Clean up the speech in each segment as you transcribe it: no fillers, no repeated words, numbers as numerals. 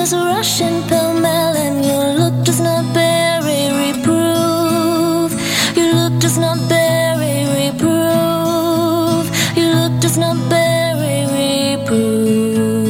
tears rushing pell-mell, and your look does not bear a reproof. Your look does not bear a reproof. Your look does not bear a reproof.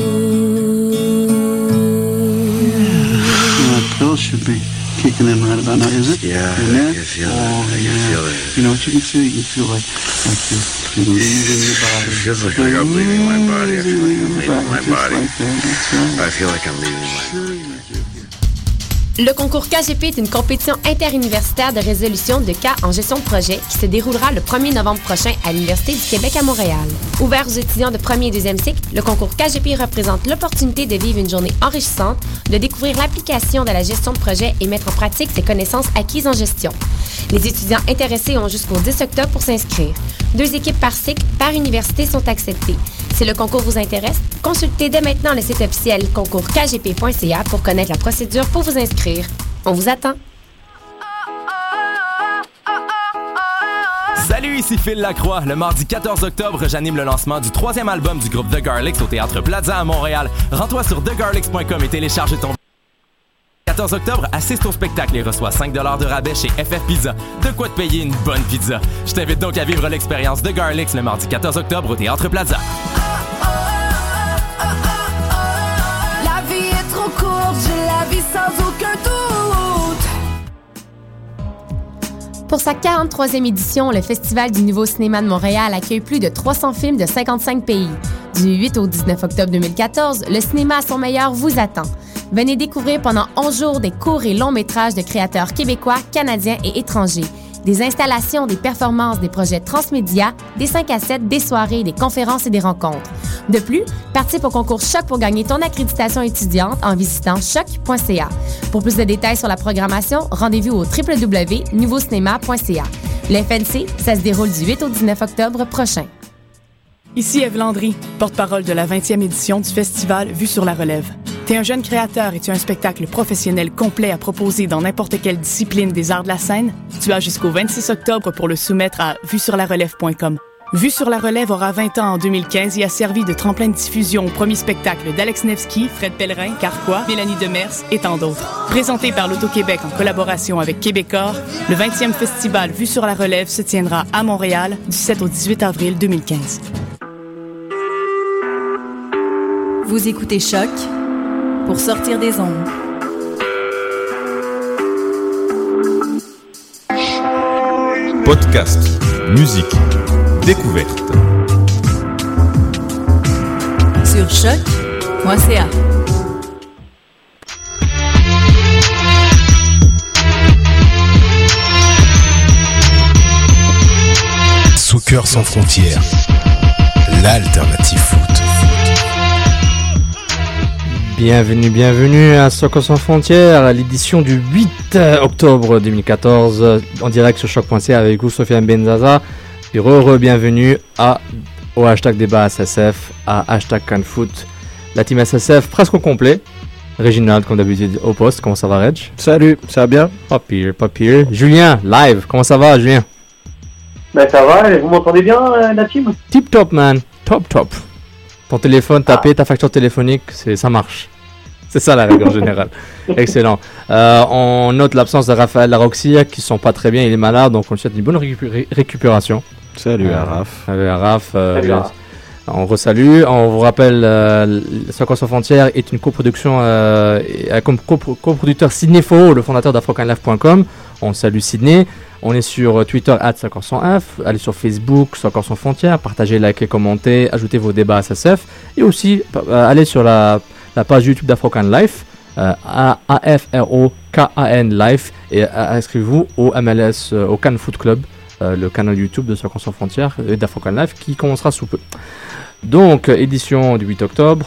Pills should be kicking in right about now, is it? Yeah, I can feel it. I can feel it. You know what you can feel? You feel like you're leaving your body. It feels like I'm leaving my body. I feel like I'm leaving my body. I feel like I'm leaving my body. Le concours KGP est une compétition interuniversitaire de résolution de cas en gestion de projet qui se déroulera le 1er novembre prochain à l'Université du Québec à Montréal. Ouvert aux étudiants de premier et deuxième cycle, le concours KGP représente l'opportunité de vivre une journée enrichissante, de découvrir l'application de la gestion de projet et mettre en pratique ses connaissances acquises en gestion. Les étudiants intéressés ont jusqu'au 10 octobre pour s'inscrire. 2 équipes par cycle, par université sont acceptées. Si le concours vous intéresse, consultez dès maintenant le site officiel concourskgp.ca pour connaître la procédure pour vous inscrire. On vous attend! Salut, ici Phil Lacroix. Le mardi 14 octobre, j'anime le lancement du 3e album du groupe The Garlics au Théâtre Plaza à Montréal. Rends-toi sur thegarlics.com et télécharge ton... 14 octobre, assiste au spectacle et reçois 5$ de rabais chez FF Pizza. De quoi te payer une bonne pizza. Je t'invite donc à vivre l'expérience The Garlics le mardi 14 octobre au Théâtre Plaza. La vie est trop courte, je la vis sans aucun doute. Pour sa 43e édition, le Festival du Nouveau Cinéma de Montréal accueille plus de 300 films de 55 pays. Du 8 au 19 octobre 2014, le cinéma à son meilleur vous attend. Venez découvrir pendant 11 jours des courts et longs métrages de créateurs québécois, canadiens et étrangers. Des installations, des performances, des projets transmédia, des 5 à 7, des soirées, des conférences et des rencontres. De plus, participe au concours Choc pour gagner ton accréditation étudiante en visitant choc.ca. Pour plus de détails sur la programmation, rendez-vous au www.nouveaucinéma.ca. Le FNC, ça se déroule du 8 au 19 octobre prochain. Ici Ève Landry, porte-parole de la 20e édition du festival Vue sur la relève. T'es un jeune créateur et tu as un spectacle professionnel complet à proposer dans n'importe quelle discipline des arts de la scène? Tu as jusqu'au 26 octobre pour le soumettre à vuesurlarelève.com. Vue sur la relève aura 20 ans en 2015 et a servi de tremplin de diffusion au premier spectacle d'Alex Nevsky, Fred Pellerin, Carquois, Mélanie Demers et tant d'autres. Présenté par l'Auto-Québec en collaboration avec Québecor, le 20e festival Vue sur la relève se tiendra à Montréal du 7 au 18 avril 2015. Vous écoutez Choc pour sortir des ondes. Podcast, musique, découverte. Sur choc.ca. Soccer sans frontières, l'alternative foot. Bienvenue à Soccer sans frontières, l'édition du 8 octobre 2014, en direct sur choc.ca avec vous, Sofiane Benzaza. Et bienvenue au hashtag débat SSF, à hashtag CanFoot. La team SSF presque au complet. Réginald, comme d'habitude, au poste. Comment ça va, Reg? Salut, ça va bien? Pas pire. Julien, live, comment ça va, Julien? Ben ça va, vous m'entendez bien, la team? Tip top, man. Top. Ton téléphone, t'as payé ta facture téléphonique, ça marche. C'est ça la règle en général. Excellent. On note l'absence de Raphaël Laroxia qui ne sont pas très bien, il est malade, donc on lui souhaite une bonne récupération. Salut Araf. Salut Araf. On resalue. On vous rappelle, Soccer sans frontières est une coproduction comme coproducteur Sidney Faux, le fondateur d'afrocanlife.com. On salue Sidney. On est sur Twitter @Soccer100F, allez sur Facebook Soccer sans frontières, partagez, likez, commentez, ajoutez vos débats à SSF et aussi allez sur la page YouTube d'Afrocan Life, AFROKAN Life, et inscrivez-vous au MLS, au Can Foot Club, le canal YouTube de Soccer sans frontières et d'Afrocan Life qui commencera sous peu. Donc, édition du 8 octobre.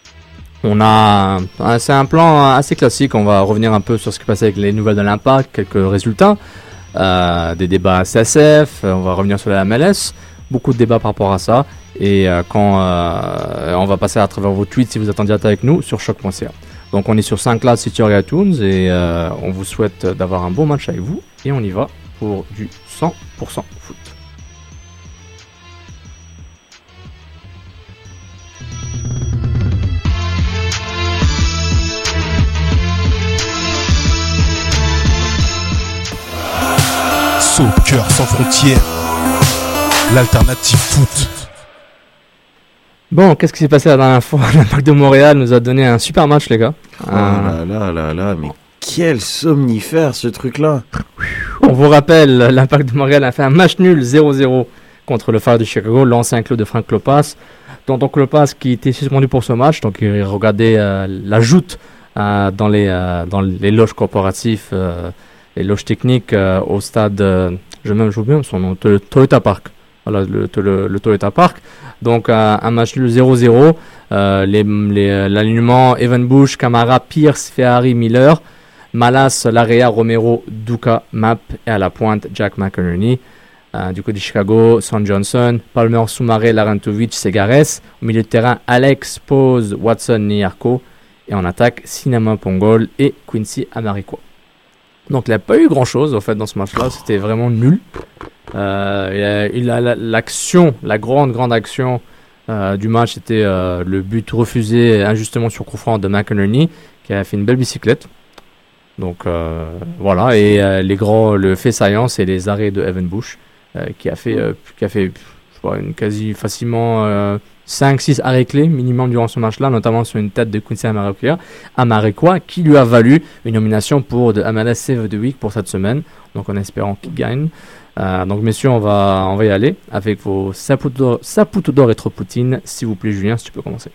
C'est un plan assez classique. On va revenir un peu sur ce qui passait avec les nouvelles de l'Impact, quelques résultats, des débats à SSF, on va revenir sur la MLS, beaucoup de débats par rapport à ça. Et on va passer à travers vos tweets si vous êtes en direct avec nous sur choc.ca. Donc on est sur SoundCloud, Stitcher et iTunes et on vous souhaite d'avoir un bon match avec vous et on y va pour du 100% foot. Soccer sans frontières, l'alternative foot. Bon, qu'est-ce qui s'est passé la dernière fois? L'Impact de Montréal nous a donné un super match, les gars. Là, mais quel somnifère ce truc-là. On vous rappelle, l'Impact de Montréal a fait un match nul 0-0 contre le Fire de Chicago, l'ancien club de Frank Klopas. Donc Klopas qui était suspendu pour ce match, donc il regardait la joute dans les loges corporatives, les loges techniques au stade, j'oublie même son nom, Toyota Park. Voilà, le Toyota Park. Donc un match nul 0-0. L'alignement: Evan Bush, Camara, Pierce, Ferrari, Miller, Malas, Larea, Romero, Duca, Map, et à la pointe Jack McInerney. Du côté de Chicago, Son Johnson, Palmer, Soumaré, Larentovic, Segares. Au milieu de terrain, Alex, Pose, Watson, Niarco. Et en attaque, Sinama Pongol et Quincy Amarikwa. Donc il n'y a pas eu grand chose en fait dans ce match-là, c'était vraiment nul. L'action, la grande action du match, c'était le but refusé injustement sur coup franc de McInerney, qui a fait une belle bicyclette. Donc voilà, et le fait saillant, c'est les arrêts de Evan Bush, qui a fait je sais pas, une quasi facilement 5-6 arrêts clés minimum durant ce match-là, notamment sur une tête de Quincy Amarikwa, qui lui a valu une nomination pour The MLS Save of the Week pour cette semaine, donc en espérant qu'il gagne. Donc messieurs, on va y aller avec vos Saputo d'or et Tropoutine. S'il vous plaît, Julien, si tu peux commencer.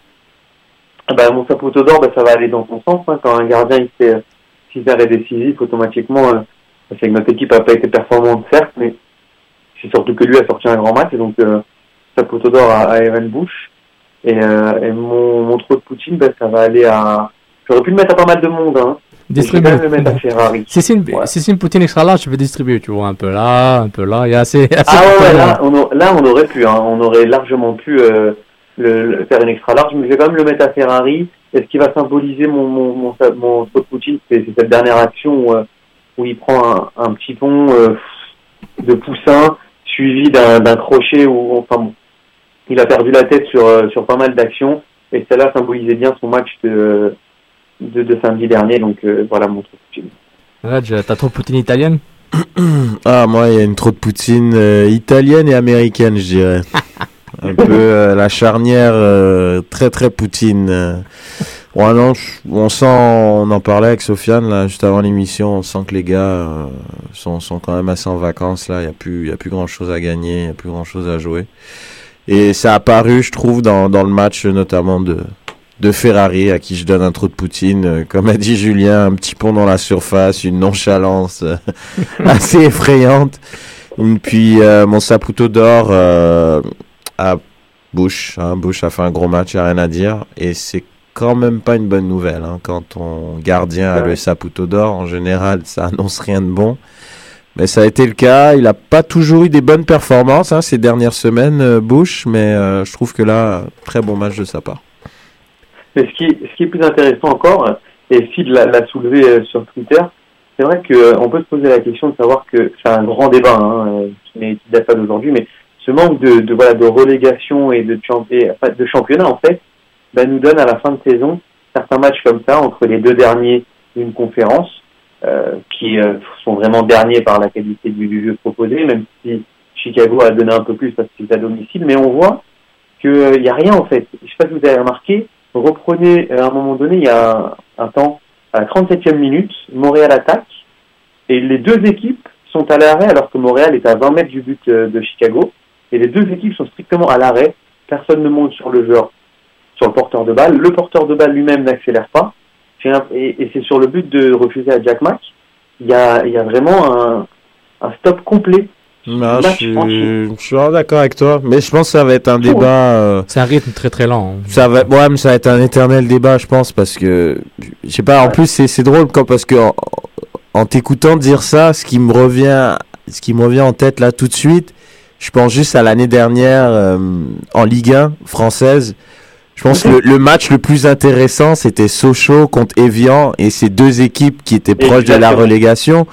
Mon Saputo d'or, ça va aller dans ton sens. Quand un gardien il fait 6 arrêts décisifs, automatiquement, c'est que notre équipe n'a pas été performante, certes, mais c'est surtout que lui a sorti un grand match, et donc Saputo d'or à Evan Bush. Et mon Tropoutine, ça va aller à... J'aurais pu le mettre à pas mal de monde, hein. Distribuer. Je vais le mettre à Ferrari. Si c'est une poutine extra large, je vais distribuer, tu vois, un peu là, il y a assez là on aurait pu, hein, on aurait largement pu faire une extra large, mais je vais quand même le mettre à Ferrari. Et ce qui va symboliser mon trop de poutine, c'est cette dernière action où il prend un petit pont de poussin suivi d'un crochet où, il a perdu la tête sur pas mal d'actions, et celle-là symbolisait bien son match de samedi dernier, donc voilà mon trop de poutine. Reg, t'as trop de poutine italienne? Moi il y a une trop de poutine italienne et américaine, je dirais. Un peu la charnière très très poutine. Non, on en parlait avec Sofiane là juste avant l'émission, on sent que les gars sont quand même assez en vacances là, il y a plus grand chose à gagner, il y a plus grand chose à jouer. Et ça a apparu, je trouve, dans le match notamment de Ferrari, à qui je donne un trop de poutine. Comme a dit Julien, un petit pont dans la surface, une nonchalance assez effrayante. Et puis mon Saputo d'or à Bush. Bush a fait un gros match, il n'y a rien à dire. Et c'est quand même pas une bonne nouvelle. Quand ton gardien a le Saputo d'or, en général, ça annonce rien de bon. Mais ça a été le cas. Il n'a pas toujours eu des bonnes performances ces dernières semaines, Bush. Mais je trouve que là, très bon match de sa part. Mais ce qui est plus intéressant encore, et Phil l'a soulevé sur Twitter, c'est vrai qu'on peut se poser la question de savoir que c'est un grand débat, qui n'est pas d'aujourd'hui, mais ce manque de relégation et de championnat, en fait, nous donne à la fin de saison certains matchs comme ça, entre les deux derniers d'une conférence, qui sont vraiment derniers par la qualité du jeu proposé, même si Chicago a donné un peu plus parce que c'est à domicile, mais on voit qu'il n'y a rien en fait. Je ne sais pas si vous avez remarqué, reprenez à un moment donné, il y a un temps, à la 37e minute, Montréal attaque, et les deux équipes sont à l'arrêt alors que Montréal est à 20 mètres du but de Chicago, et les deux équipes sont strictement à l'arrêt, personne ne monte sur le joueur, sur le porteur de balle, le porteur de balle lui-même n'accélère pas, et c'est sur le but de refuser à Jack Mack, il y a vraiment un stop complet. Non, je suis d'accord avec toi, mais je pense que ça va être un débat. C'est un rythme très très lent. Mais ça va être un éternel débat, je pense, parce que je sais pas. En plus, c'est drôle parce que en t'écoutant dire ça, ce qui me revient en tête là tout de suite, je pense juste à l'année dernière en Ligue 1 française. Je pense que le match le plus intéressant, c'était Sochaux contre Evian, et ces deux équipes qui étaient proches de la relégation.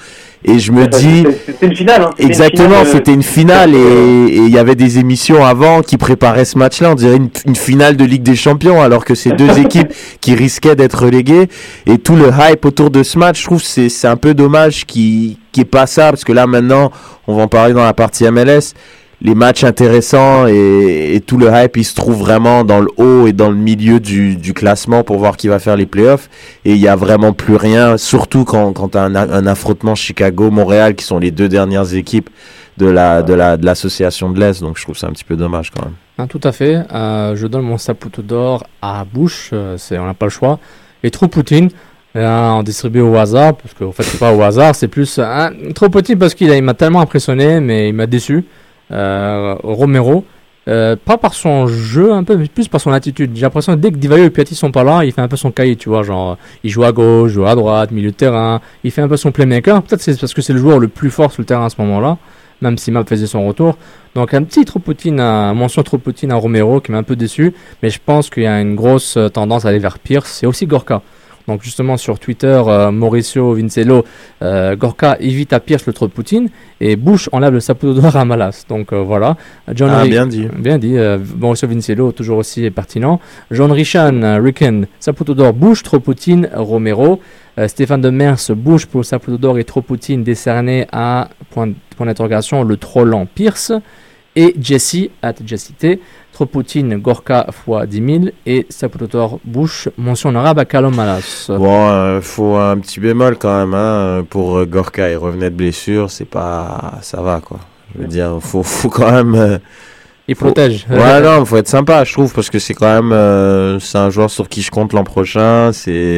Et je me dis... C'était une finale. Hein. Exactement, c'était une finale et il y avait des émissions avant qui préparaient ce match-là. On dirait une finale de Ligue des Champions alors que c'est deux équipes qui risquaient d'être reléguées. Et tout le hype autour de ce match, je trouve que c'est un peu dommage qu'il n'y ait pas ça. Parce que là, maintenant, on va en parler dans la partie MLS. Les matchs intéressants et tout le hype, il se trouve vraiment dans le haut et dans le milieu du classement pour voir qui va faire les playoffs. Et il n'y a vraiment plus rien, surtout quand tu as un affrontement Chicago-Montréal, qui sont les deux dernières équipes de l'association de l'Est. Donc je trouve ça un petit peu dommage quand même. Ah, tout à fait. Je donne mon Saputo d'or à Bush. On n'a pas le choix. Et Tropoutine, on distribue au hasard, parce qu'en fait c'est pas au hasard, c'est plus Tropoutine parce qu'il m'a tellement impressionné, mais il m'a déçu. Romero, pas par son jeu un peu, mais plus par son attitude. J'ai l'impression que dès que Divayo et Piatti sont pas là, il fait un peu son cahier, tu vois, genre il joue à gauche, joue à droite, milieu de terrain, il fait un peu son playmaker. Peut-être c'est parce que c'est le joueur le plus fort sur le terrain à ce moment-là, même si Map faisait son retour. Donc un petit mention Tropoutine à Romero qui m'a un peu déçu, mais je pense qu'il y a une grosse tendance à aller vers Pierce. C'est aussi Gorka. Donc justement sur Twitter, Mauricio Vincello, Gorka évite à Pierce le Tropoutine et Bush enlève le Saputo d'or à Malas. Donc voilà. Bien dit. Bien dit. Mauricio Vincello toujours aussi pertinent. John Ricken, Saputo d'or, Bush, Tropoutine, Romero. Stéphane Demers, Bush pour Saputo d'or et Tropoutine décerné à point d'interrogation le trop lent Pierce. Et Jesse, T, Tropoutine, Gorka x 10 000 et Saputo d'or, Bush, mention honorable à Calum Malas. Bon, faut un petit bémol quand même hein, pour Gorka. Il revenait de blessure, c'est pas, ça va quoi. Je veux dire, faut quand même. Il protège. Ouais, non, faut être sympa, je trouve, parce que c'est quand même, c'est un joueur sur qui je compte l'an prochain.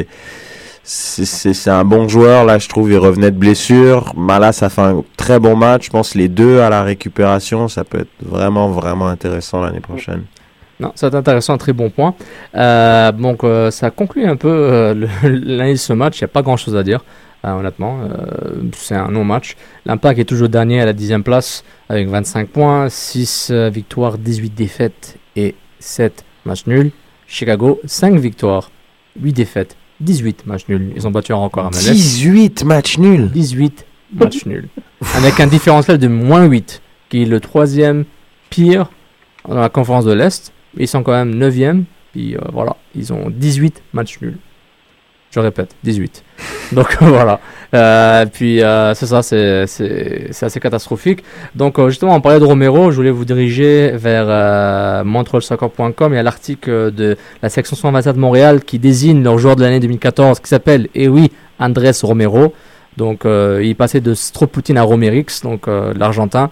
C'est un bon joueur, là je trouve, il revenait de blessure. Malas a fait un très bon match, je pense les deux à la récupération, ça peut être vraiment vraiment intéressant l'année prochaine. Non, c'est intéressant, un très bon point. Donc ça conclut un peu l'année de ce match, il n'y a pas grand chose à dire, honnêtement, c'est un non-match. L'Impact est toujours dernier à la 10e place avec 25 points, 6 victoires, 18 défaites et 7 matchs nuls. Chicago, 5 victoires, 8 défaites. 18 matchs nuls. Ils ont battu un record à MLS. 18 matchs nuls. 18 matchs nuls. Avec un différentiel de moins 8, qui est le troisième pire dans la conférence de l'Est. Ils sont quand même 9e. Puis voilà, ils ont 18 matchs nuls. Je répète, 18. Donc voilà. Puis c'est ça, c'est assez catastrophique. Donc justement, on parlait de Romero. Je voulais vous diriger vers montrealsoccer.com. Il y a l'article de la section 127 de Montréal qui désigne leur joueur de l'année 2014 qui s'appelle, Andrés Romero. Donc il passait de Tropoutine à Romerix, donc l'Argentin,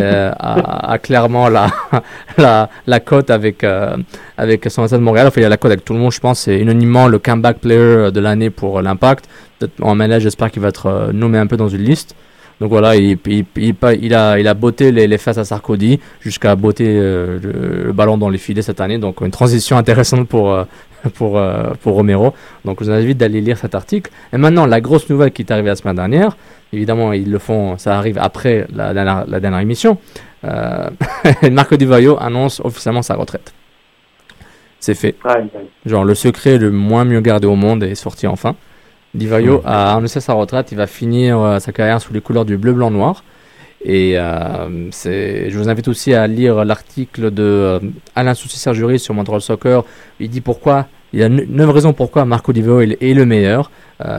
a clairement la cote avec 127 de Montréal. Enfin, il y a la cote avec tout le monde, je pense. C'est unanimement le comeback player de l'année pour l'Impact. En MLS, j'espère qu'il va être nommé un peu dans une liste. Donc voilà, il a botté les fesses à Sarkozy jusqu'à botter le ballon dans les filets cette année. Donc une transition intéressante pour Romero. Donc je vous invite d'aller lire cet article. Et maintenant, la grosse nouvelle qui est arrivée la semaine dernière, évidemment ils le font, ça arrive après la dernière émission. Marco Di Vaio annonce officiellement sa retraite. C'est fait. Genre le secret le moins mieux gardé au monde est sorti enfin. Di Vaio a annoncé sa retraite. Il va finir sa carrière sous les couleurs du bleu, blanc, noir. Et je vous invite aussi à lire l'article de Alain Soucy-Serguri sur Montreal Soccer. Il dit il y a 9 raisons pourquoi Marco Di Vaio est le meilleur,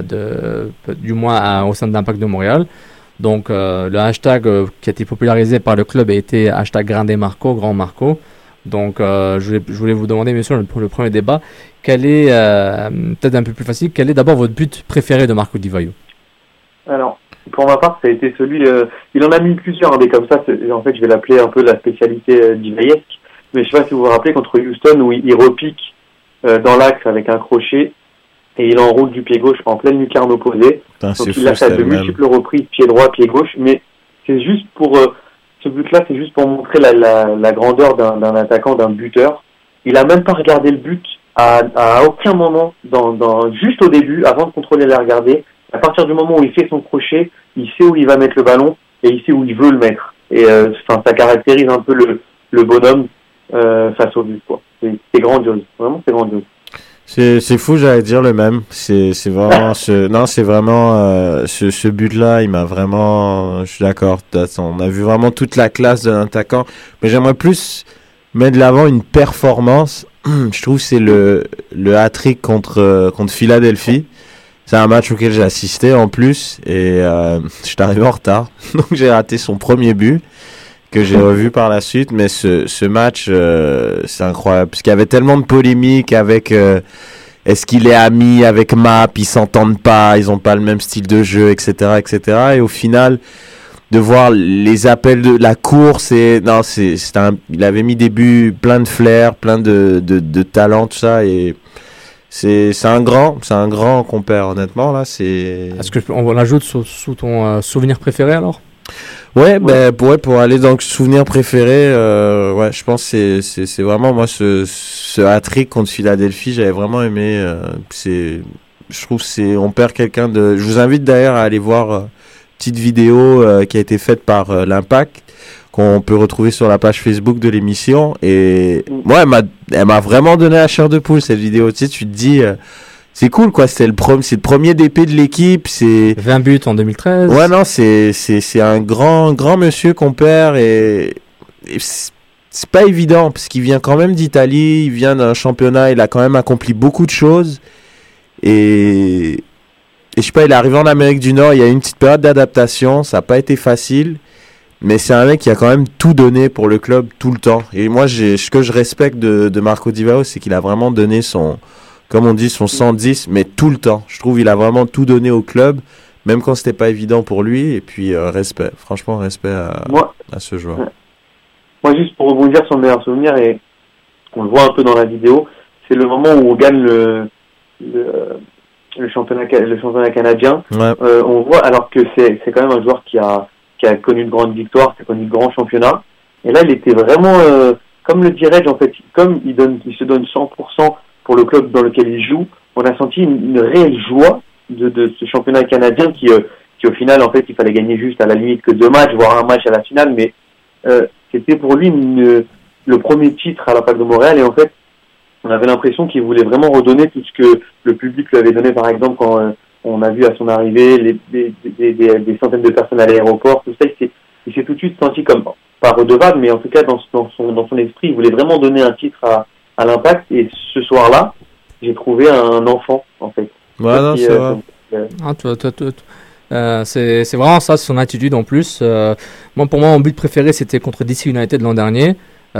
du moins au sein de l'Impact de Montréal. Donc le hashtag qui a été popularisé par le club a été hashtag Grande Marco, Grand Marco. Donc je voulais vous demander, messieurs, pour le premier débat, quel est, peut-être un peu plus facile, quel est d'abord votre but préféré de Marco Di Vaio? Alors, pour ma part, ça a été celui, il en a mis plusieurs, des comme ça, en fait je vais l'appeler un peu la spécialité Di-Vaillesque, mais je sais pas si vous vous rappelez contre Houston où il repique dans l'axe avec un crochet et il enroule du pied gauche en pleine lucarne opposée. Donc il a fait de multiples reprises, pied droit, pied gauche, mais c'est juste pour... ce but-là, c'est juste pour montrer la grandeur d'un attaquant, d'un buteur. Il a même pas regardé le but à aucun moment, juste au début, avant de contrôler la regarder. À partir du moment où il fait son crochet, il sait où il va mettre le ballon et il sait où il veut le mettre. Et ça caractérise un peu le bonhomme face au but, quoi. C'est grandiose. Vraiment, c'est grandiose. C'est fou, j'allais dire le même. C'est vraiment ce but-là, il m'a vraiment. Je suis d'accord. On a vu vraiment toute la classe de l'attaquant. Mais j'aimerais plus mettre de l'avant une performance. Je trouve que c'est le hat-trick contre Philadelphie. C'est un match auquel j'ai assisté en plus et je suis arrivé en retard, donc j'ai raté son premier but que j'ai revu par la suite. Mais ce match, c'est incroyable parce qu'il y avait tellement de polémiques avec est-ce qu'il est ami avec Map, ils s'entendent pas, ils ont pas le même style de jeu, etc., etc. Et au final, de voir les appels de la course et non, il avait mis des buts plein de flair, plein de talent, tout ça et c'est un grand compère, honnêtement, là, c'est... Est-ce qu'on l'ajoute sous ton souvenir préféré, alors? Ouais, pour aller dans le souvenir préféré, je pense que c'est vraiment, moi, ce hat-trick contre Philadelphie, j'avais vraiment aimé, je trouve on perd quelqu'un de... Je vous invite d'ailleurs à aller voir petite vidéo qui a été faite par l'Impact, qu'on peut retrouver sur la page Facebook de l'émission. Et moi, elle m'a vraiment donné la chair de poule, cette vidéo. Tu sais, tu te dis, c'est cool, quoi. C'est le premier DP de l'équipe. C'est 20 buts en 2013. Ouais, non, c'est un grand monsieur qu'on perd et c'est pas évident parce qu'il vient quand même d'Italie, il vient d'un championnat, il a quand même accompli beaucoup de choses et je sais pas, il est arrivé en Amérique du Nord, il y a eu une petite période d'adaptation, ça n'a pas été facile. Mais c'est un mec qui a quand même tout donné pour le club tout le temps. Et moi, ce que je respecte de Marco Di Vaio, c'est qu'il a vraiment donné comme on dit, son 110, mais tout le temps. Je trouve qu'il a vraiment tout donné au club, même quand c'était pas évident pour lui. Et puis, respect. Franchement, respect à ce joueur. Moi, juste pour rebondir sur le meilleur souvenir, et on le voit un peu dans la vidéo, c'est le moment où on gagne le championnat canadien. Ouais. On voit, alors que c'est quand même un joueur qui a connu de grandes victoires, qui a connu de grands championnats. Et là, il était vraiment, comme le dirait, en fait, comme il se donne 100% pour le club dans lequel il joue, on a senti une réelle joie de ce championnat canadien qui au final, en fait, il fallait gagner juste à la limite que 2 matchs, voire un match à la finale, mais c'était pour lui le premier titre à l'Impact de Montréal. Et en fait, on avait l'impression qu'il voulait vraiment redonner tout ce que le public lui avait donné, par exemple, quand on a vu à son arrivée des centaines de personnes à l'aéroport, tout ça. Il s'est tout de suite senti comme, pas redevable, mais en tout cas dans son esprit, il voulait vraiment donner un titre à l'Impact. Et ce soir-là, j'ai trouvé un enfant, en fait. Ouais, non, c'est vrai. C'est vraiment ça, son attitude en plus. Pour moi, mon but préféré, c'était contre DC United l'an dernier.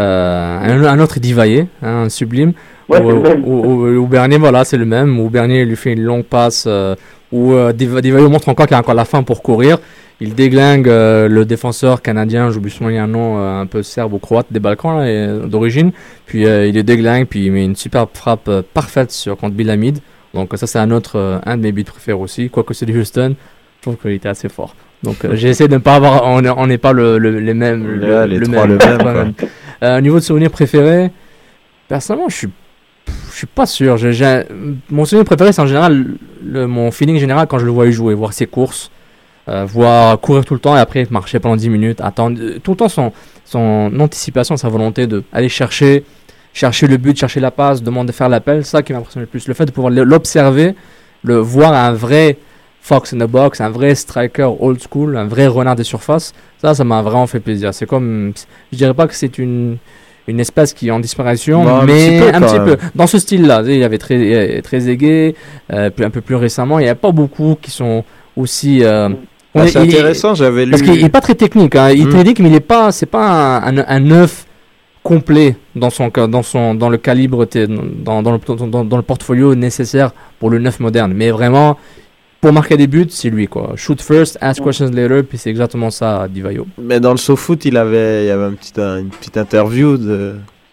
Un autre Di Vaio, un sublime. Ouais, où Bernier, voilà, c'est le même. Où Bernier lui fait une longue passe. Où Di Vaio montre encore qu'il a encore la fin pour courir. Il déglingue le défenseur canadien, j'oublie son nom, un peu serbe ou croate des Balkans là, d'origine. Puis il le déglingue, puis il met une superbe frappe parfaite contre Bill Hamid. Donc ça, c'est un de mes buts préférés aussi. Quoique c'est de Houston, je trouve qu'il était assez fort. Donc j'ai essayé de ne pas avoir, on n'est pas les mêmes. Les trois le même. Au niveau de souvenir préféré, personnellement, je suis pas sûr. Mon souvenir préféré, c'est en général mon feeling général quand je le vois jouer, voir ses courses, voir courir tout le temps et après marcher pendant 10 minutes, attendre tout le temps son anticipation, sa volonté d'aller chercher le but, chercher la passe, demander de faire l'appel. C'est ça qui m'impressionne le plus. Le fait de pouvoir l'observer, voir un vrai Fox in the box, un vrai striker old school, un vrai renard des surfaces, ça m'a vraiment fait plaisir. C'est comme, je dirais pas que c'est une espèce qui est en disparition, non, mais un petit peu dans ce style-là. Il y avait très aigué, puis un peu plus récemment, il n'y a pas beaucoup qui sont aussi. C'est intéressant, j'avais lu. Parce qu'il n'est pas très technique, hein. Il est technique, mais c'est pas un neuf complet dans le calibre, dans le portfolio nécessaire pour le neuf moderne. Mais vraiment, pour marquer des buts, c'est lui, quoi. Shoot first, ask questions later, puis c'est exactement ça, Di Vaio. Mais dans le SoFoot, il y avait une petite interview de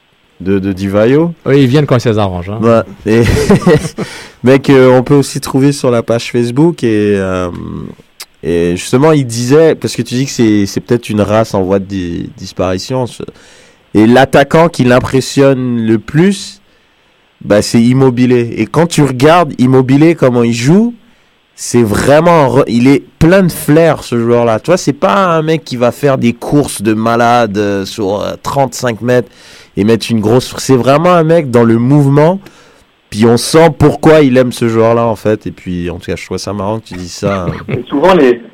Di Vaio. Oui, ils viennent quand ça les arrange. Hein. Ouais. Mais qu'on peut aussi trouver sur la page Facebook et justement, il disait, parce que tu dis que c'est peut-être une race en voie de disparition, et l'attaquant qui l'impressionne le plus, c'est Immobilier. Et quand tu regardes Immobilier, comment il joue, c'est vraiment, il est plein de flair, ce joueur-là. Tu vois, c'est pas un mec qui va faire des courses de malade sur 35 mètres et mettre une grosse... C'est vraiment un mec dans le mouvement. Puis on sent pourquoi il aime ce joueur-là, en fait. Et puis, en tout cas, je trouve ça marrant que tu dis ça. Et souvent,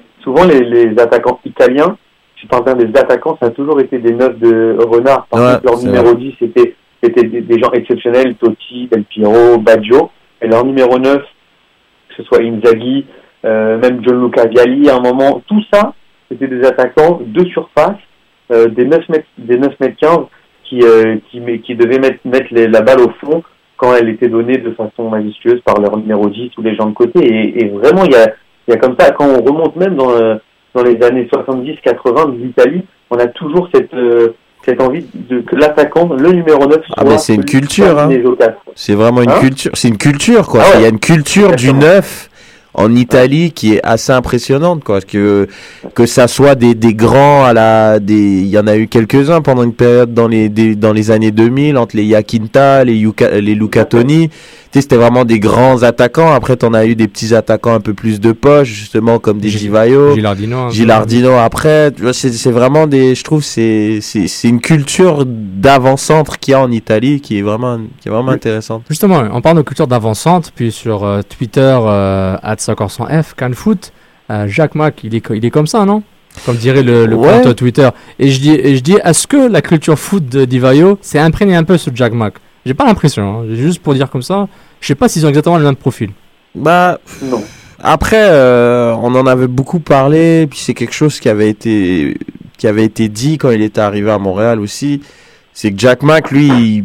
les attaquants italiens, je parle bien des attaquants, ça a toujours été des neufs de renard. Par contre, leur numéro 10, c'était des gens exceptionnels, Totti, Del Piero, Baggio. Et leur numéro 9, que ce soit Inzaghi, même Gianluca Vialli, à un moment, tout ça, c'était des attaquants de surface, des 9 mètres 15 qui devaient mettre la balle au fond quand elle était donnée de façon majestueuse par leur numéro 10 ou les gens de côté. Et vraiment, il y a comme ça, quand on remonte même dans les années 70-80 de l'Italie, on a toujours cette envie que l'attaquant, le numéro 9, soit... Ah mais c'est une culture, hein. C'est vraiment une culture. C'est une culture, quoi. Il y a une culture du 9 en Italie qui est assez impressionnante, quoi. Que ça soit des grands il y en a eu quelques-uns pendant une période dans les années 2000, entre les Iaquinta, les Luca Toni. Tu sais, c'était vraiment des grands attaquants. Après, t'en as eu des petits attaquants un peu plus de poche, justement, comme des Di Vaio. Gilardino après. Tu vois, c'est vraiment je trouve, c'est une culture d'avant-centre qu'il y a en Italie qui est vraiment intéressante. Justement, on parle de culture d'avant-centre, puis sur Twitter, @soccer100f, CanFoot, Jacques Mac, il est comme ça, non? Comme dirait le compte Twitter. Et je dis, est-ce que la culture foot de Di Vaio s'est imprégnée un peu sur Jacques Mac? J'ai pas l'impression, hein. Juste pour dire comme ça, je sais pas s'ils ont exactement le même profil. Bah, non. Après, on en avait beaucoup parlé, puis c'est quelque chose qui avait été dit quand il était arrivé à Montréal aussi. C'est que Jack Mac, lui,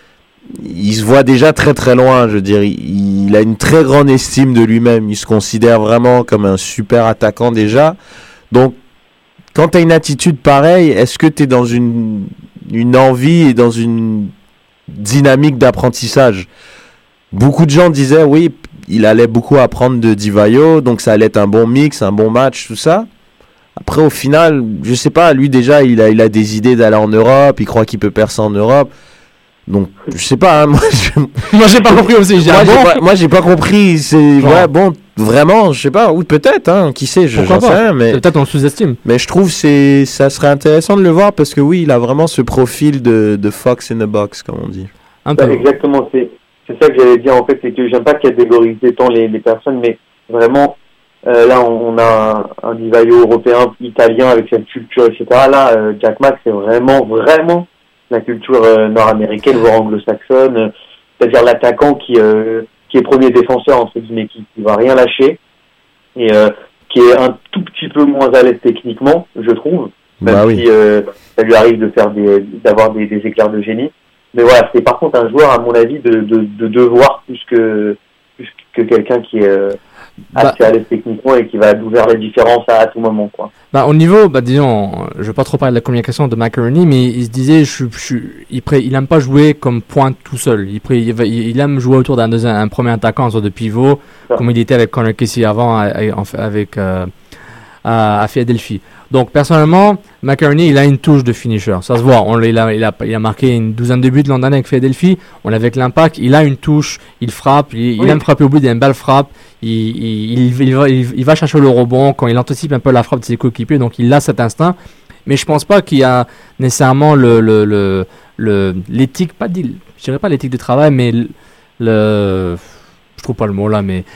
il se voit déjà très très loin, je veux dire. Il a une très grande estime de lui-même. Il se considère vraiment comme un super attaquant déjà. Donc, quand tu as une attitude pareille, est-ce que tu es dans une envie et dans une dynamique d'apprentissage? Beaucoup de gens disaient oui, il allait beaucoup apprendre de Di Vaio, donc ça allait être un bon mix, un bon match, tout ça. Après, au final, je sais pas, lui déjà, il a des idées d'aller en Europe, il croit qu'il peut percer en Europe. Donc, je sais pas, hein, moi j'ai pas compris aussi. Moi j'ai pas compris. Vraiment, je sais pas. Oui, peut-être, hein, qui sait, j'en sais rien. Mais peut-être on le sous-estime. Mais je trouve ça serait intéressant de le voir parce que oui, il a vraiment ce profil de fox in the box, comme on dit. Exactement, c'est ça que j'allais dire en fait, c'est que j'aime pas catégoriser tant les personnes, mais vraiment, là on a un Di Vaio européen, italien avec cette culture, etc. Là, Jack Mac, c'est vraiment la culture nord-américaine, voire anglo-saxonne, c'est-à-dire l'attaquant qui est premier défenseur, entre guillemets, qui va rien lâcher, et qui est un tout petit peu moins à l'aise techniquement, je trouve, même si ça lui arrive d'avoir des éclairs de génie. Mais voilà, c'est par contre un joueur, à mon avis, de devoir plus que quelqu'un qui est assez à l'aise techniquement et qui va ouvrir la différence à tout moment, quoi. Au niveau, disons, je vais pas trop parler de la communication de Macaroni, mais il se disait, il aime pas jouer comme pointe tout seul. Il aime jouer autour un premier attaquant, en sorte de pivot, comme il était avec Connor Casey avant, à Philadelphie. Donc, personnellement, McCartney, il a une touche de finisher. Ça se voit. Il a marqué une douzaine de buts l'an dernier avec Philadelphie. On l'a avec l'Impact. Il a une touche. Il frappe. Il aime frapper au but. Il a une belle frappe. Il va chercher le rebond quand il anticipe un peu la frappe de ses coéquipiers. Donc, il a cet instinct. Mais je pense pas qu'il y a nécessairement l'éthique, je dirais pas l'éthique de travail, mais je trouve pas le mot là, mais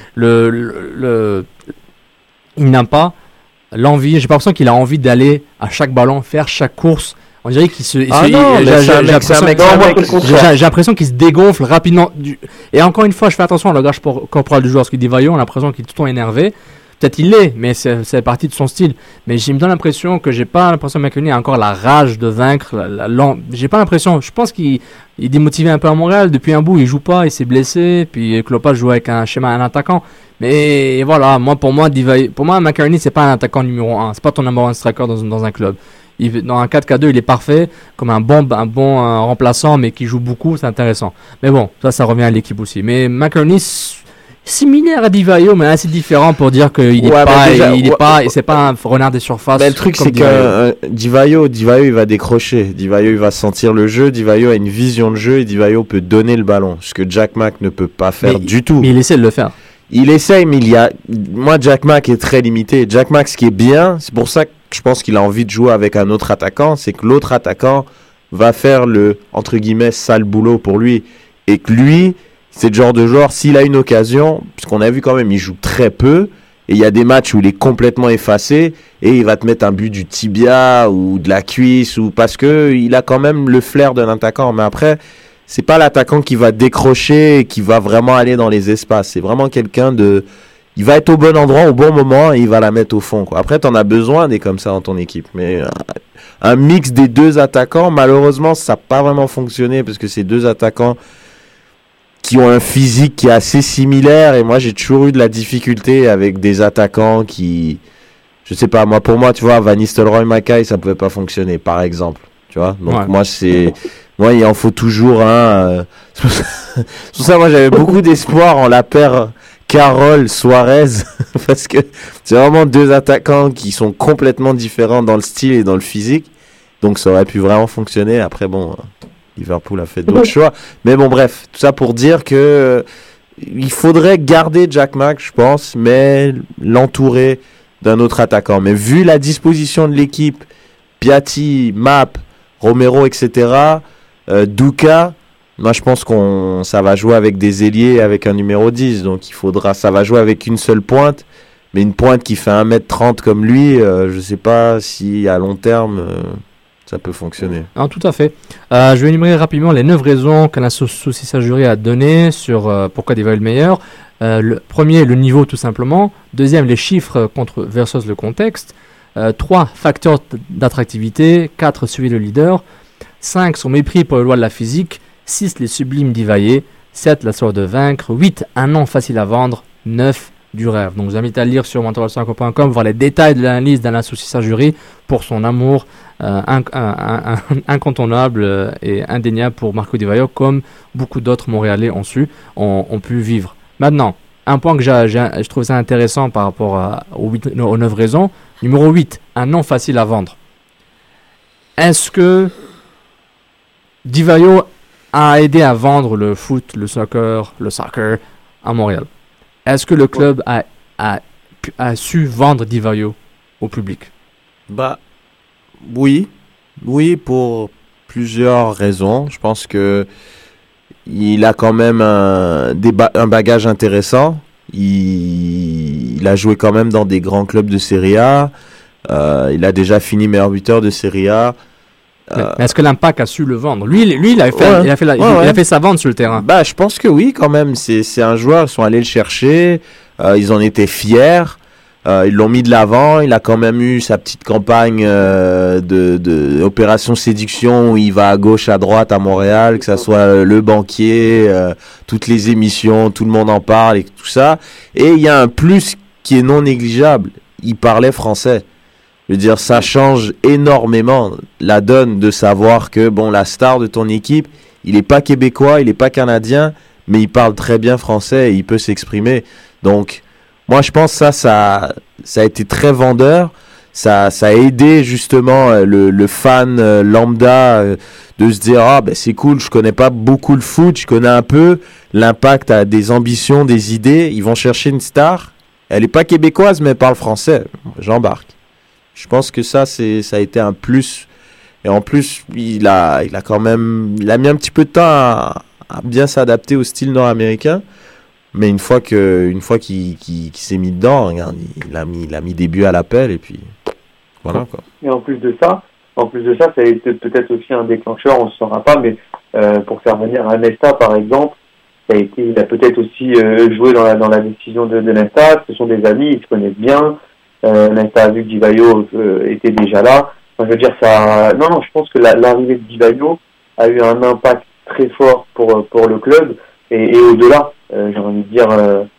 il n'a pas l'envie, j'ai pas l'impression qu'il a envie d'aller à chaque ballon, faire chaque course. On dirait qu'il j'ai l'impression qu'il se dégonfle rapidement. Et encore une fois, je fais attention au langage corporel du joueur, parce que Di Vaio, on a l'impression qu'il est tout le temps énervé. Peut-être il l'est, mais c'est partie de son style. Mais j'ai me donne l'impression que j'ai pas l'impression que McCartney a encore la rage de vaincre. J'ai pas l'impression. Je pense qu'il est démotivé un peu à Montréal. Depuis un bout, il joue pas, il s'est blessé. Puis Klopp joue avec un schéma, un attaquant. Mais voilà, pour moi, McCartney, c'est pas un attaquant numéro 1. C'est pas ton number 1 striker dans un club. Dans un 4-4-2, il est parfait, comme un bon remplaçant, mais qui joue beaucoup, c'est intéressant. Mais bon, ça revient à l'équipe aussi. Mais McCartney, similaire à Di Vaio, mais assez différent pour dire qu'il c'est pas un renard des surfaces. Mais le truc, c'est que Di Vaio, il va décrocher. Di Vaio, il va sentir le jeu. Di Vaio a une vision de jeu et Di Vaio peut donner le ballon, ce que Jack Mac ne peut pas faire du tout. Mais il essaie de le faire. Il essaye, mais moi, Jack Mac est très limité. Jack Mac, ce qui est bien, c'est pour ça que je pense qu'il a envie de jouer avec un autre attaquant, c'est que l'autre attaquant va faire le, entre guillemets, sale boulot pour lui. Et que lui, c'est le genre de joueur, s'il a une occasion, puisqu'on a vu quand même, il joue très peu, et il y a des matchs où il est complètement effacé, et il va te mettre un but du tibia, ou de la cuisse, ou parce que il a quand même le flair d'un attaquant. Mais après, c'est pas l'attaquant qui va décrocher, et qui va vraiment aller dans les espaces. C'est vraiment quelqu'un de... Il va être au bon endroit, au bon moment, et il va la mettre au fond, quoi. Après, t'en as besoin des comme ça dans ton équipe. Mais un mix des deux attaquants, malheureusement, ça n'a pas vraiment fonctionné, parce que ces deux attaquants qui ont un physique qui est assez similaire, et moi j'ai toujours eu de la difficulté avec des attaquants qui, je sais pas, pour moi tu vois, Van Nistelrooy, Mackay, ça pouvait pas fonctionner par exemple, tu vois, donc moi il en faut toujours un, c'est pour ça moi j'avais beaucoup d'espoir en la paire Carroll Suarez parce que c'est vraiment deux attaquants qui sont complètement différents dans le style et dans le physique, donc ça aurait pu vraiment fonctionner. Après bon, Liverpool a fait d'autres choix. Mais bon, bref, tout ça pour dire que il faudrait garder Jack Mack, je pense, mais l'entourer d'un autre attaquant. Mais vu la disposition de l'équipe, Piatti, Map, Romero, etc., Douka, moi je pense ça va jouer avec des ailiers, avec un numéro 10. Donc ça va jouer avec une seule pointe. Mais une pointe qui fait 1m30 comme lui, je sais pas si à long terme... ça peut fonctionner. Ah, tout à fait. Je vais énumérer rapidement les 9 raisons qu'un saucissage jury a donné sur pourquoi Divayo est le meilleur. Le premier, le niveau tout simplement. Deuxième, les chiffres versus le contexte. 3, facteurs d'attractivité. 4, suivi le leader. 5, son mépris pour les lois de la physique. 6, les sublimes Divayo. 7, la soif de vaincre. 8, un nom facile à vendre. 9, du rêve. Donc je vous invite à lire sur mentoralsanko.com, voir les détails de l'analyse d'Alain Saucissage-Jury pour son amour incontournable et indéniable pour Marco Divayo, comme beaucoup d'autres Montréalais ont pu vivre. Maintenant, un point que je trouve ça intéressant par rapport aux 9 raisons. Numéro 8, un nom facile à vendre. Est-ce que Divayo a aidé à vendre le foot, le soccer à Montréal? Est-ce que le club a su vendre Divayo au public? Oui, pour plusieurs raisons. Je pense que il a quand même un bagage intéressant. Il a joué quand même dans des grands clubs de Serie A. Il a déjà fini meilleur buteur de Serie A. Mais est-ce que l'Impact a su le vendre? Lui, il a fait sa vente sur le terrain. Je pense que oui, quand même. C'est un joueur, ils sont allés le chercher. Ils en étaient fiers. Ils l'ont mis de l'avant. Il a quand même eu sa petite campagne de opération séduction où il va à gauche, à droite, à Montréal, que ça soit Le Banquier, toutes les émissions, tout le monde en parle et tout ça. Et il y a un plus qui est non négligeable. Il parlait français. Je veux dire, ça change énormément la donne de savoir que, la star de ton équipe, il n'est pas québécois, il n'est pas canadien, mais il parle très bien français et il peut s'exprimer. Donc, moi, je pense que ça a été très vendeur. Ça a aidé justement le fan lambda de se dire c'est cool, je connais pas beaucoup le foot, je connais un peu. L'Impact a des ambitions, des idées. Ils vont chercher une star. Elle n'est pas québécoise, mais elle parle français. J'embarque. Je pense que ça a été un plus. Et en plus, il a mis un petit peu de temps à bien s'adapter au style nord-américain. Mais une fois qu'il s'est mis dedans, regarde, il a mis des buts à l'appel et puis voilà quoi. Et en plus de ça, ça a été peut-être aussi un déclencheur, on ne se saura pas, mais pour faire venir Nesta par exemple, il a peut-être aussi joué dans la décision de Nesta. Ce sont des amis, ils se connaissent bien. Nesta a vu que Divayo était déjà là. Enfin, je veux dire ça. Non, je pense que l'arrivée de Divayo a eu un impact très fort pour le club et au-delà, j'ai envie de dire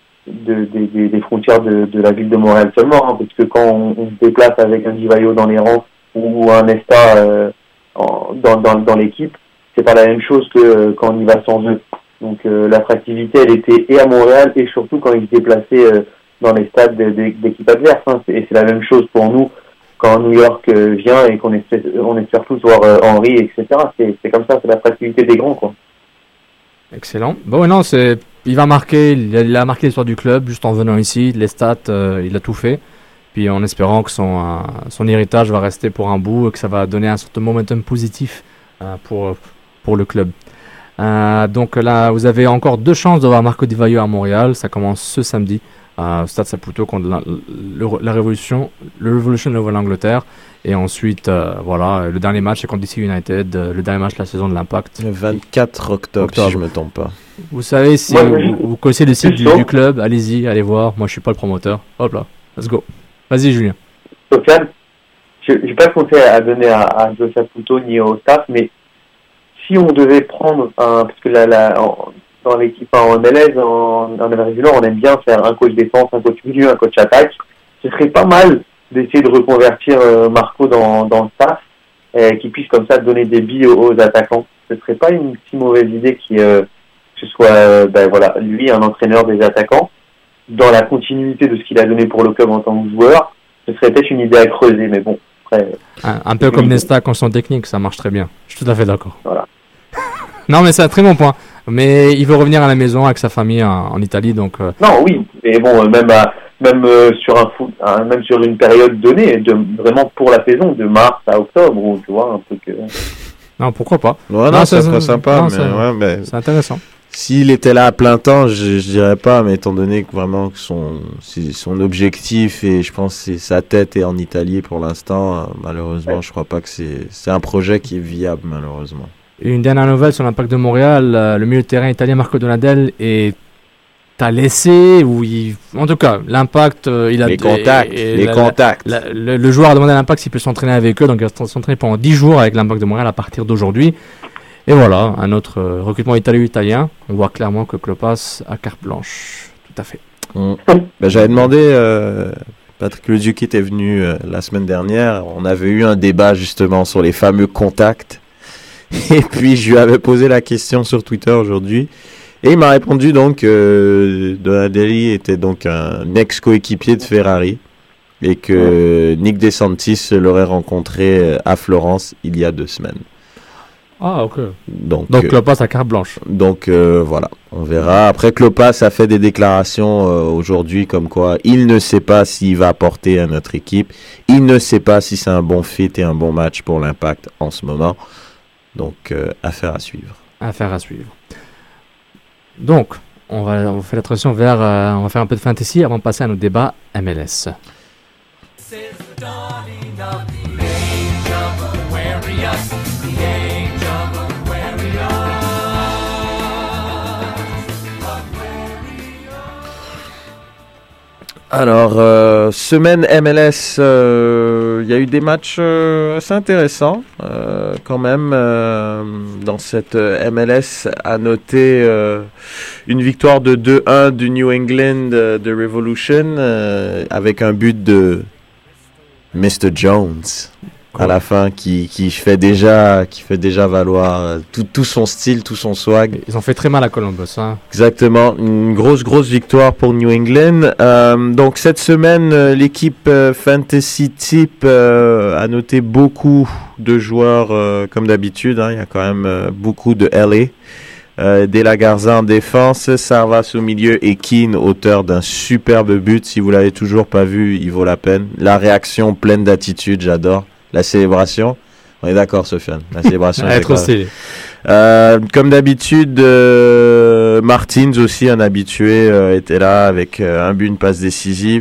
des frontières de la ville de Montréal seulement, hein, parce que quand on se déplace avec un Divayo dans les rangs ou un Nesta dans l'équipe, c'est pas la même chose que quand on y va sans eux. Donc l'attractivité, elle était et à Montréal et surtout quand ils se déplaçaient dans les stades d'équipes adverses. Hein. Et c'est la même chose pour nous quand New York vient et qu'on espère tous voir Henry, etc. C'est comme ça, c'est l'attractivité des grands, quoi. Excellent. Il va marquer, il a marqué l'histoire du club juste en venant ici. Les stats, il a tout fait. Puis en espérant que son héritage va rester pour un bout et que ça va donner un certain momentum positif pour le club. Donc là, vous avez encore 2 chances de voir Marco Di Vaio à Montréal. Ça commence ce samedi au Stade Saputo contre la Révolution, le Revolution de Nouvelle-Angleterre. Et ensuite, voilà, le dernier match c'est contre DC United, le dernier match de la saison de l'Impact. Le 24 octobre, si je ne me trompe pas. Vous savez, si vous connaissez le site du club, allez-y, allez voir. Moi, je suis pas le promoteur. Hop là, let's go. Vas-y, Julien. Sofiane, je n'ai pas de conseil à donner à Joe Saputo ni au staff, mais si on devait prendre parce que dans l'équipe en MLS, en Amérique du Nord, on aime bien faire un coach défense, un coach milieu, un coach attaque. Ce serait pas mal d'essayer de reconvertir Marco dans le staff, qui puisse comme ça donner des billes aux attaquants. Ce serait pas une si mauvaise idée que ce soit lui un entraîneur des attaquants, dans la continuité de ce qu'il a donné pour le club en tant que joueur. Ce serait peut-être une idée à creuser, mais bon, après... Un peu comme Nesta, constant technique, ça marche très bien. Je suis tout à fait d'accord. Voilà. Non, mais c'est un très bon point. Mais il veut revenir à la maison avec sa famille en Italie, donc... Non, oui, mais bon, même sur une période donnée, vraiment pour la saison, de mars à octobre, ou tu vois, un truc... Non, pourquoi pas. Ouais, non, ça serait sympa, mais c'est intéressant. S'il était là à plein temps, je dirais pas, mais étant donné que vraiment son objectif et je pense que sa tête est en Italie pour l'instant, malheureusement, je crois pas que c'est un projet qui est viable, malheureusement. Une dernière nouvelle sur l'Impact de Montréal, le milieu de terrain italien Marco Donadel est à laisser, en tout cas, l'Impact, il a... Les contacts. Le joueur a demandé à l'Impact s'il peut s'entraîner avec eux, donc il va s'entraîner pendant 10 jours avec l'Impact de Montréal à partir d'aujourd'hui. Et voilà, un autre recrutement italien. On voit clairement que Klopas a carte blanche. Tout à fait. J'avais demandé, Patrick Leduc était venu la semaine dernière. On avait eu un débat justement sur les fameux contacts. Et puis je lui avais posé la question sur Twitter aujourd'hui. Et il m'a répondu donc que Donadel était donc un ex-coéquipier de Ferrari. Et que Nick DeSantis l'aurait rencontré à Florence il y a 2 semaines. Ah, ok. Donc Klopas a carte blanche. Donc voilà, on verra. Après, Klopas a fait des déclarations aujourd'hui comme quoi il ne sait pas s'il va apporter à notre équipe. Il ne sait pas si c'est un bon fit et un bon match pour l'Impact en ce moment. Donc, affaire à suivre. Affaire à suivre. Donc, on va faire la transition vers... on va faire un peu de fantasy avant de passer à nos débats MLS. Alors, semaine MLS, il y a eu des matchs assez intéressants quand même dans cette MLS. À noter une victoire de 2-1 du New England de Revolution avec un but de Mr. Jones à la fin qui fait déjà valoir tout son style, tout son swag. Ils ont fait très mal à Columbus. Hein. Exactement, une grosse victoire pour New England. Donc cette semaine, l'équipe Fantasy Tip a noté beaucoup de joueurs comme d'habitude. Hein. Il y a quand même beaucoup de LA. De la Garza en défense, Sarvas au milieu et Keane, auteur d'un superbe but. Si vous l'avez toujours pas vu, il vaut la peine. La réaction pleine d'attitude, j'adore. La célébration, on est d'accord, Sofiane. La célébration est trop stylée. Comme d'habitude, Martins aussi, un habitué, était là avec un but, une passe décisive.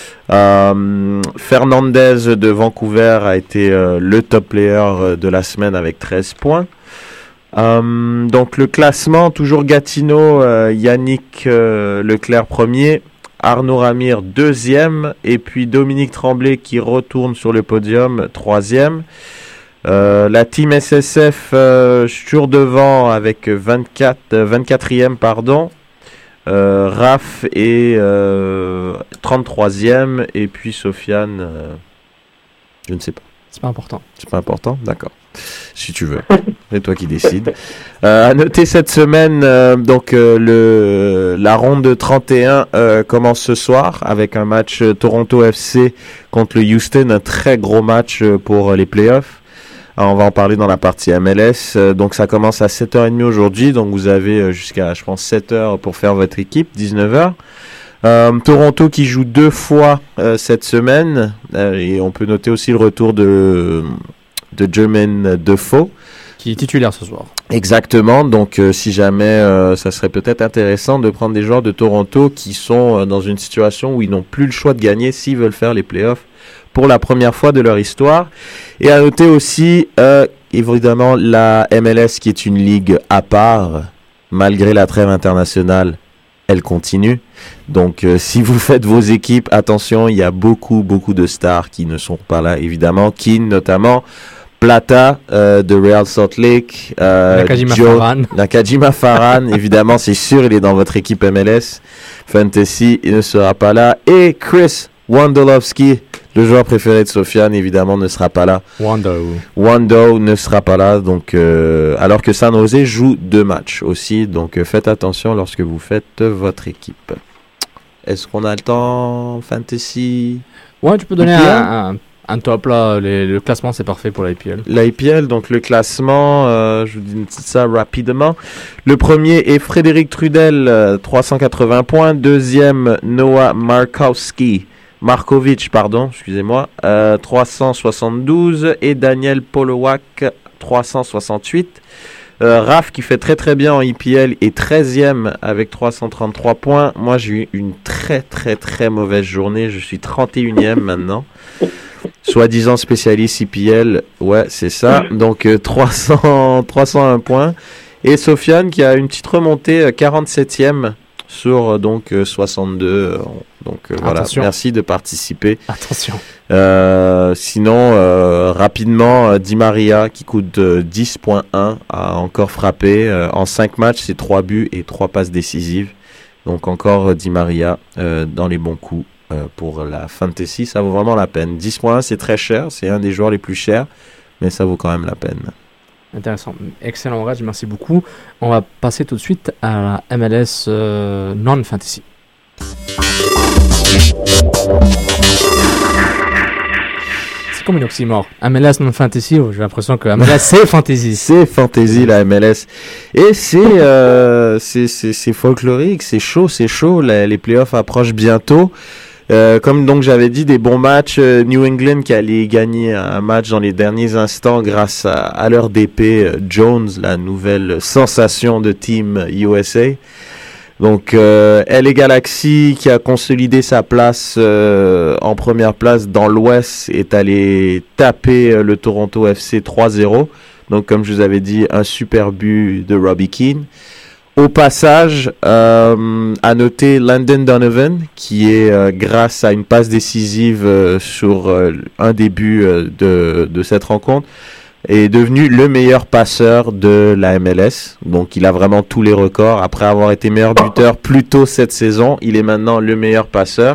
Fernandez de Vancouver a été le top player de la semaine avec 13 points. Donc le classement, toujours Gatineau, Yannick Leclerc premier. Arnaud Ramire, 2e, et puis Dominique Tremblay qui retourne sur le podium, 3e. La team SSF, toujours devant avec 24e, pardon. Raph est 33e, et puis Sofiane, je ne sais pas. C'est pas important. C'est pas important, d'accord. Si tu veux, c'est toi qui décides. À noter cette semaine, la ronde 31 commence ce soir avec un match Toronto FC contre le Houston, un très gros match pour les playoffs. Alors, on va en parler dans la partie MLS. Donc ça commence à 7h30 aujourd'hui, donc vous avez jusqu'à, je pense, 7h pour faire votre équipe, 19h. Toronto qui joue 2 fois cette semaine, et on peut noter aussi le retour de Jermaine Defoe qui est titulaire ce soir. Exactement, donc si jamais ça serait peut-être intéressant de prendre des joueurs de Toronto qui sont dans une situation où ils n'ont plus le choix de gagner s'ils veulent faire les playoffs pour la première fois de leur histoire. Et à noter aussi, évidemment, la MLS qui est une ligue à part, malgré la trêve internationale, elle continue. Donc si vous faites vos équipes, attention, il y a beaucoup de stars qui ne sont pas là, évidemment. Keane notamment, Plata de Real Salt Lake, Nakajima Farhan, évidemment, c'est sûr, il est dans votre équipe MLS. Fantasy, il ne sera pas là. Et Chris Wondolowski, le joueur préféré de Sofiane, évidemment, ne sera pas là. Wando ne sera pas là, donc alors que San Jose joue 2 matchs aussi, donc faites attention lorsque vous faites votre équipe. Est-ce qu'on a le temps, Fantasy? Ouais, tu peux donner un top là, le classement c'est parfait pour l'IPL. L'IPL, donc le classement, je vous dis ça rapidement. Le premier est Frédéric Trudel, 380 points. Deuxième, Noah Markovic, 372. Et Daniel Polowak, 368. Raph qui fait très bien en IPL est 13e avec 333 points. Moi j'ai eu une très mauvaise journée, je suis 31e maintenant. Soi-disant spécialiste IPL, ouais c'est ça, donc 301 points. Et Sofiane qui a une petite remontée 47e sur 62. Voilà, merci de participer. Attention. Sinon, rapidement, Di Maria qui coûte 10.1 a encore frappé. En 5 matchs, c'est 3 buts et 3 passes décisives. Donc encore Di Maria dans les bons coups pour la fantasy. Ça vaut vraiment la peine. 10.1, c'est très cher. C'est un des joueurs les plus chers, mais ça vaut quand même la peine. Intéressant. Excellent, Raj. Merci beaucoup. On va passer tout de suite à la MLS non-fantasy. C'est comme une oxymore. MLS non-fantasy, j'ai l'impression que MLS c'est fantasy. C'est fantasy la MLS. Et c'est folklorique, c'est chaud. Les playoffs approchent bientôt. Comme donc j'avais dit, des bons matchs. New England qui allait gagner un match dans les derniers instants grâce à leur DP Jones, la nouvelle sensation de Team USA. Donc LA Galaxy qui a consolidé sa place en première place dans l'Ouest est allé taper le Toronto FC 3-0. Donc comme je vous avais dit, un super but de Robbie Keane. Au passage, à noter Landon Donovan qui est grâce à une passe décisive sur un des buts de cette rencontre est devenu le meilleur passeur de la MLS. Donc il a vraiment tous les records. Après avoir été meilleur buteur plus tôt cette saison, il est maintenant le meilleur passeur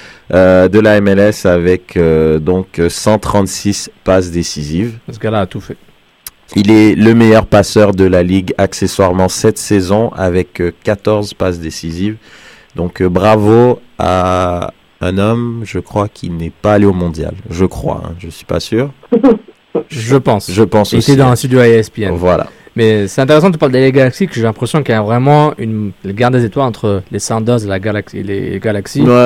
de la MLS avec donc 136 passes décisives. Ce gars-là a tout fait. Il est le meilleur passeur de la ligue accessoirement cette saison avec 14 passes décisives. Donc bravo à un homme, je crois, qui n'est pas allé au mondial. Je crois, je suis pas sûr. Je pense aussi. Il était dans un studio à ESPN. Voilà. Mais c'est intéressant de parler des Galaxy, que j'ai l'impression qu'il y a vraiment une guerre des étoiles entre les Sounders et les Galaxy. Ouais,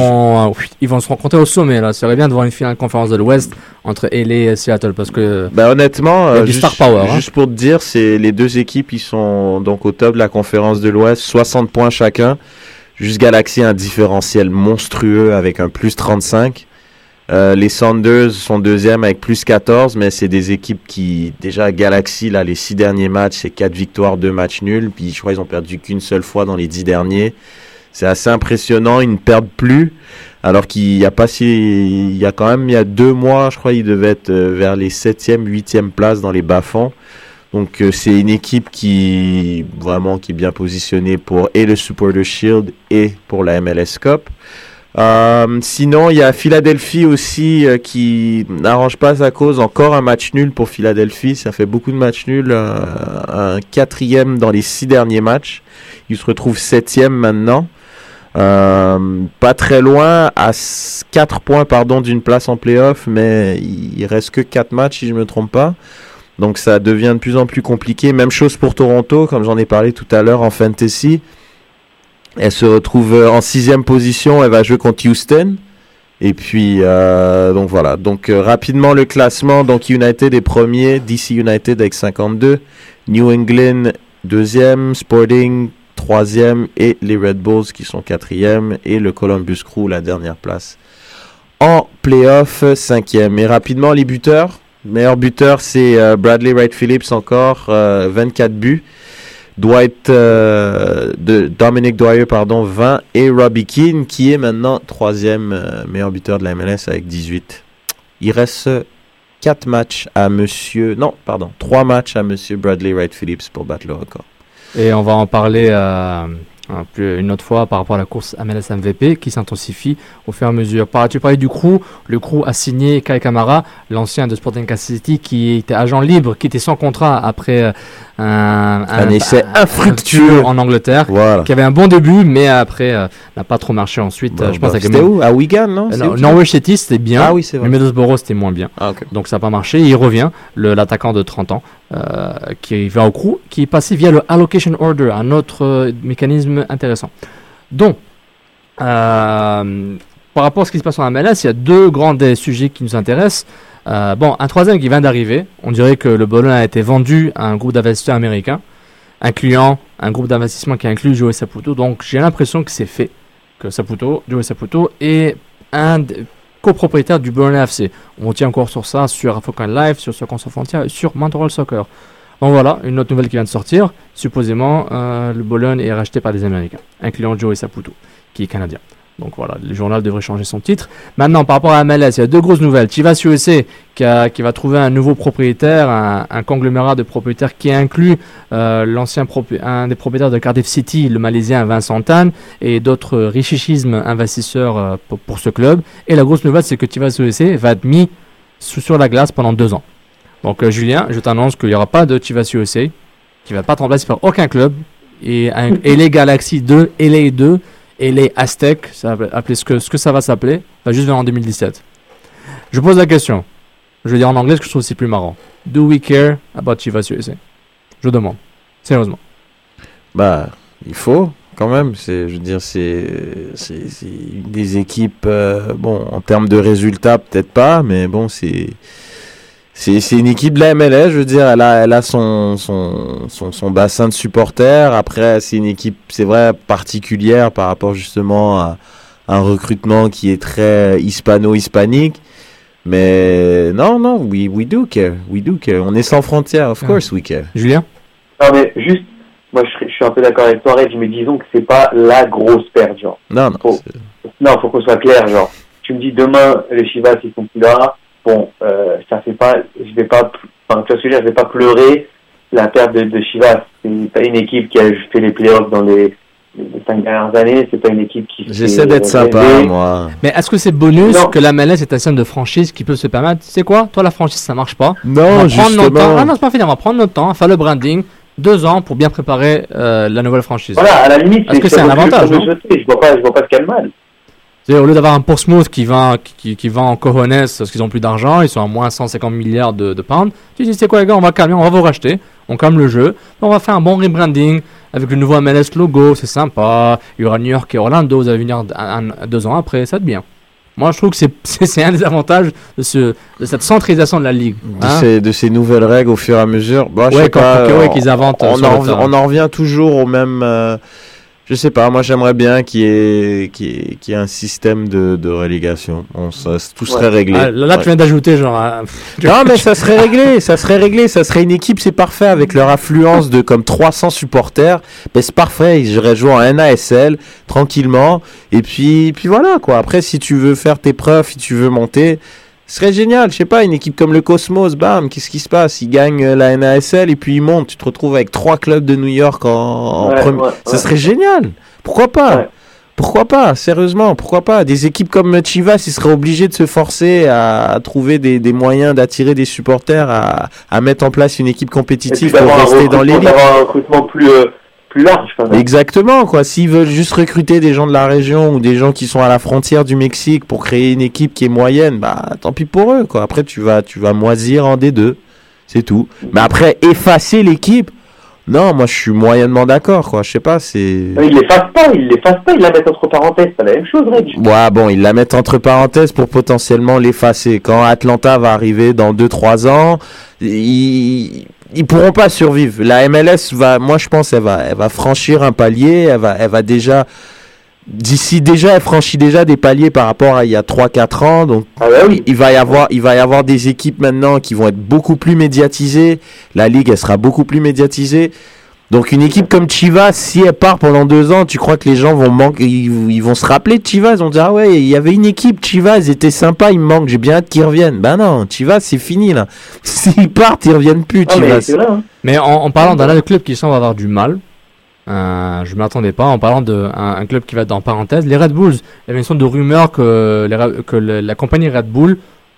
ils vont se rencontrer au sommet là. Ça serait bien de voir une finale de conférence de l'Ouest entre LA et Seattle parce que. Honnêtement, il y a du star power. Juste pour te dire, c'est les deux équipes, ils sont donc au top de la conférence de l'Ouest, 60 points chacun. Juste Galaxy a un différentiel monstrueux avec un plus 35. Les Sounders sont deuxième avec plus 14, mais c'est des équipes qui, déjà Galaxy, là, les 6 derniers matchs, c'est 4 victoires, 2 matchs nuls, puis je crois qu'ils ont perdu qu'une seule fois dans les 10 derniers. C'est assez impressionnant, ils ne perdent plus, alors qu'il y a pas il y a 2 mois, je crois, ils devaient être vers les 7e, 8e places dans les bas-fonds. Donc c'est une équipe qui est bien positionnée pour et le Supporters Shield et pour la MLS Cup. Sinon, il y a Philadelphie aussi qui n'arrange pas sa cause. Encore un match nul pour Philadelphie. Ça fait beaucoup de matchs nuls. Un 4e dans les 6 derniers matchs. Il se retrouve 7e maintenant. Pas très loin, à 4 points d'une place en play-off, mais il reste que 4 matchs si je me trompe pas. Donc ça devient de plus en plus compliqué. Même chose pour Toronto, comme j'en ai parlé tout à l'heure en fantasy. Elle se retrouve en 6e position, elle va jouer contre Houston. Et puis, donc voilà. Donc, rapidement, le classement. Donc, United est premier, DC United avec 52, New England deuxième, Sporting troisième et les Red Bulls qui sont quatrième et le Columbus Crew la dernière place. En playoff, cinquième. Et rapidement, les buteurs. Le meilleur buteur, c'est Bradley Wright Phillips encore, 24 buts. Dominic Dwyer, 20. Et Robbie Keane, qui est maintenant troisième meilleur buteur de la MLS avec 18. Il reste 3 matchs à monsieur Bradley Wright Phillips pour battre le record. Et on va en parler une autre fois par rapport à la course MLS MVP qui s'intensifie au fur et à mesure. Tu parlais du Crew. Le Crew a signé Kai Kamara, l'ancien de Sporting Kansas City, qui était agent libre, qui était sans contrat après un essai infructueux en Angleterre, qui avait un bon début, mais après n'a pas trop marché ensuite. Je pense c'était où? À Wigan, non? Norwich City, c'était bien. Ah oui, c'est vrai. Mais Middlesbrough, c'était moins bien. Donc ça n'a pas marché. Il revient, l'attaquant de 30 ans, qui va au Crew, qui est passé via le Allocation Order, un autre mécanisme intéressant. Donc, par rapport à ce qui se passe en MLS, il y a 2 grands sujets qui nous intéressent. Un troisième qui vient d'arriver. On dirait que le Bologne a été vendu à un groupe d'investisseurs américains, incluant un groupe d'investissement qui inclut Joey Saputo. Donc j'ai l'impression que c'est fait, que Joey Saputo est un copropriétaire du Bologne FC. On tient encore sur ça, sur African Life, sur Soccer Sans Frontières et sur Montreal Soccer. Donc voilà, une autre nouvelle qui vient de sortir. Supposément, le Bologne est racheté par des Américains, incluant Joey Saputo, qui est canadien. Donc voilà, le journal devrait changer son titre. Maintenant, par rapport à MLS, il y a 2 grosses nouvelles. Chivas USA qui va trouver un nouveau propriétaire, un conglomérat de propriétaires qui inclut un des propriétaires de Cardiff City, le Malaisien Vincent Tan, et d'autres richichismes investisseurs pour ce club. Et la grosse nouvelle, c'est que Chivas USA va être mis sur la glace pendant 2 ans. Donc Julien, je t'annonce qu'il n'y aura pas de Chivas USA, qui ne va pas être remplacé par aucun club. Et LA Galaxy 2, LA 2, et les Aztecs, ça va appeler ce que ça va s'appeler, va juste venir en 2017. Je pose la question. Je vais dire en anglais, parce que je trouve que c'est plus marrant. Do we care about Chivas USA? Je demande. Sérieusement. Il faut, quand même. C'est une des équipes, en termes de résultats, peut-être pas, mais bon, c'est une équipe de la MLS, je veux dire, elle a son bassin de supporters. Après, c'est une équipe, c'est vrai, particulière par rapport justement à un recrutement qui est très hispano-hispanique. Mais non, we do care. On est sans frontières, of course we care. Julien? Non, mais juste, moi je suis un peu d'accord avec toi, Reg, mais disons que c'est pas la grosse perte, genre. Faut qu'on soit clair, genre. Tu me dis demain, les Chivas, ils sont plus là. Bon, ça fait pas, je vais pas pleurer la perte de Chivas. C'est pas une équipe qui a fait les playoffs dans les 5 dernières années. C'est pas une équipe qui. J'essaie d'être sympa, moi. Mais est-ce que c'est bonus que la MLS est un système de franchise qui peut se permettre? Tu sais quoi? Toi, la franchise, ça marche pas. Non, justement. C'est pas fini. On va prendre notre temps, faire le branding. 2 ans pour bien préparer la nouvelle franchise. Voilà, à la limite, est-ce que c'est un avantage? Je vois pas ce qu'il y a de mal. Au lieu d'avoir un Portsmouth qui vend en cojones parce qu'ils ont plus d'argent, ils sont à moins 150 milliards de pounds. Tu dis, c'est quoi les gars, on va calmer, on va vous racheter, on calme le jeu, on va faire un bon rebranding avec le nouveau MLS logo, c'est sympa. Il y aura New York et Orlando, vous allez venir 2 ans après, ça va être bien. Moi, je trouve que c'est un des avantages de cette centralisation de la ligue. De ces nouvelles règles au fur et à mesure. Qu'ils inventent. On en revient toujours au même. Je sais pas, moi j'aimerais bien qu'il y ait un système de relégation. Tout serait réglé. Là, tu viens d'ajouter genre. Non, mais ça serait réglé. Ça serait une équipe, c'est parfait, avec leur affluence de comme 300 supporters. Ben, c'est parfait. Ils iraient jouer en NASL tranquillement. Et puis voilà quoi. Après, si tu veux faire tes preuves, si tu veux monter, ce serait génial. Je sais pas, une équipe comme le Cosmos, bam, qu'est-ce qui se passe? Ils gagnent la NASL et puis ils montent. Tu te retrouves avec 3 clubs de New York en premier. Ça serait génial. Pourquoi pas? Pourquoi pas? Sérieusement, pourquoi pas? Des équipes comme Chivas, ils seraient obligés de se forcer à trouver des moyens d'attirer des supporters, à mettre en place une équipe compétitive pour rester dans l'élite. D'avoir un recrutement plus large quand même. Exactement, quoi. S'ils veulent juste recruter des gens de la région ou des gens qui sont à la frontière du Mexique pour créer une équipe qui est moyenne, bah tant pis pour eux, quoi. Après tu vas moisir en D2, c'est tout. Mais après effacer l'équipe, Non, moi je suis moyennement d'accord, quoi. Je sais pas, c'est. Ils l'effacent pas, ils la mettent entre parenthèses, c'est la même chose, Reg. Ouais, bon, ils la mettent entre parenthèses pour potentiellement l'effacer. Quand Atlanta va arriver dans 2-3 ans, ils pourront pas survivre. La MLS moi je pense, elle va franchir un palier, elle va déjà. Elle franchit déjà des paliers par rapport à il y a 3-4 ans, donc il va y avoir des équipes maintenant qui vont être beaucoup plus médiatisées, la ligue elle sera beaucoup plus médiatisée, donc une équipe comme Chivas, si elle part pendant 2 ans, tu crois que les gens vont ils vont se rappeler de Chivas, ils vont dire ah ouais, il y avait une équipe Chivas, ils étaient sympas, il me manque, j'ai bien hâte qu'ils reviennent. Ben non, Chivas c'est fini là, s'ils partent ils reviennent plus Chivas. Mais en parlant d'un autre club qui semble avoir du mal, je m'attendais pas en parlant d'un club qui va être en parenthèse, les Red Bulls. Il y avait une sorte de rumeur que la compagnie Red Bull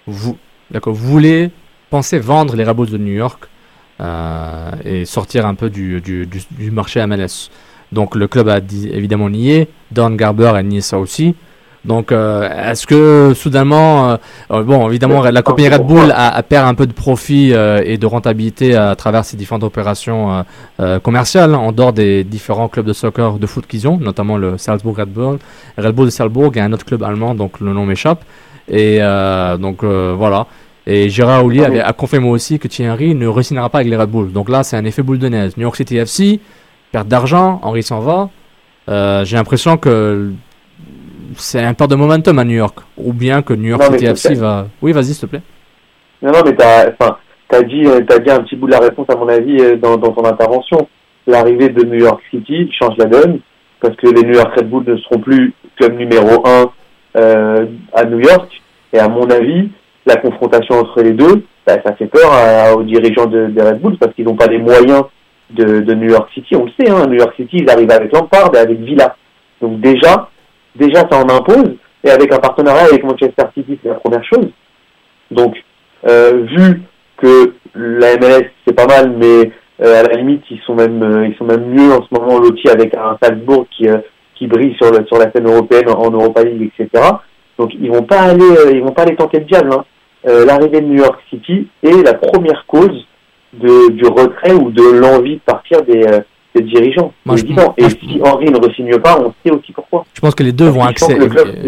pensait vendre les Red Bulls de New York et sortir un peu du marché MLS. Donc le club a évidemment nié, Don Garber a nié ça aussi. Donc, est-ce que soudainement, bon, évidemment, la compagnie Red Bull a perd un peu de profit et de rentabilité à travers ses différentes opérations commerciales en dehors des différents clubs de soccer, de foot qu'ils ont, notamment le Salzburg Red Bull de Salzburg et un autre club allemand, donc le nom m'échappe. Et voilà. Et Gérard Houllier a confirmé aussi que Thierry Henry ne re-signera pas avec les Red Bulls. Donc là, c'est un effet boule de neige. New York City FC, perte d'argent, Henry s'en va. J'ai l'impression que c'est un perte de momentum à New York, ou bien que New York City FC va... Oui, vas-y, s'il te plaît. Non, mais t'as dit un petit bout de la réponse, à mon avis, dans ton intervention. L'arrivée de New York City change la donne, parce que les New York Red Bulls ne seront plus club numéro 1 à New York, et à mon avis, la confrontation entre les deux, ça fait peur aux dirigeants des Red Bulls, parce qu'ils n'ont pas les moyens de New York City. On le sait, New York City, ils arrivent avec Lampard et avec Villa. Donc déjà ça en impose, et avec un partenariat avec Manchester City, c'est la première chose. Donc, vu que la MLS c'est pas mal, mais à la limite ils sont même mieux en ce moment lotis avec un Salzburg qui brille sur la scène européenne en Europa League, etc. Donc ils vont pas aller tenter le diable. L'arrivée de New York City est la première cause du retrait ou de l'envie de partir des dirigeants. Et si Henry ne re-signe pas, on sait aussi pourquoi. Je pense que les deux vont accélérer.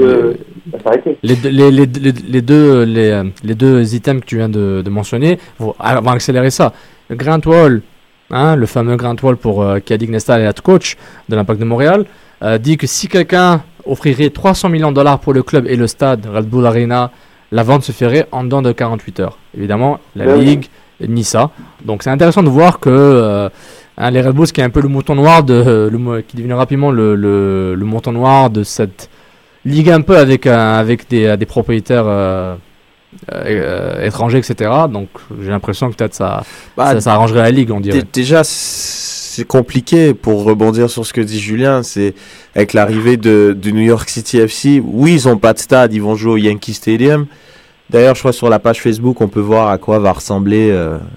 Les deux items que tu viens de mentionner vont accélérer ça. Le Grant Wall, le fameux Grant Wall qui a dit que Nesta est la coach de l'Impact de Montréal, dit que si quelqu'un offrirait $300 millions pour le club et le stade Red Bull Arena, la vente se ferait en dedans de 48 heures. Évidemment, la Ligue nie ça. Donc c'est intéressant de voir que les Red Bulls, qui est un peu le mouton noir qui devient rapidement le mouton noir de cette ligue, un peu avec des propriétaires étrangers, etc. Donc j'ai l'impression que peut-être ça arrangerait la ligue, on dirait. Déjà, c'est compliqué pour rebondir sur ce que dit Julien. C'est avec l'arrivée de New York City FC. Oui, ils n'ont pas de stade, ils vont jouer au Yankee Stadium. D'ailleurs, je crois sur la page Facebook, on peut voir à quoi va ressembler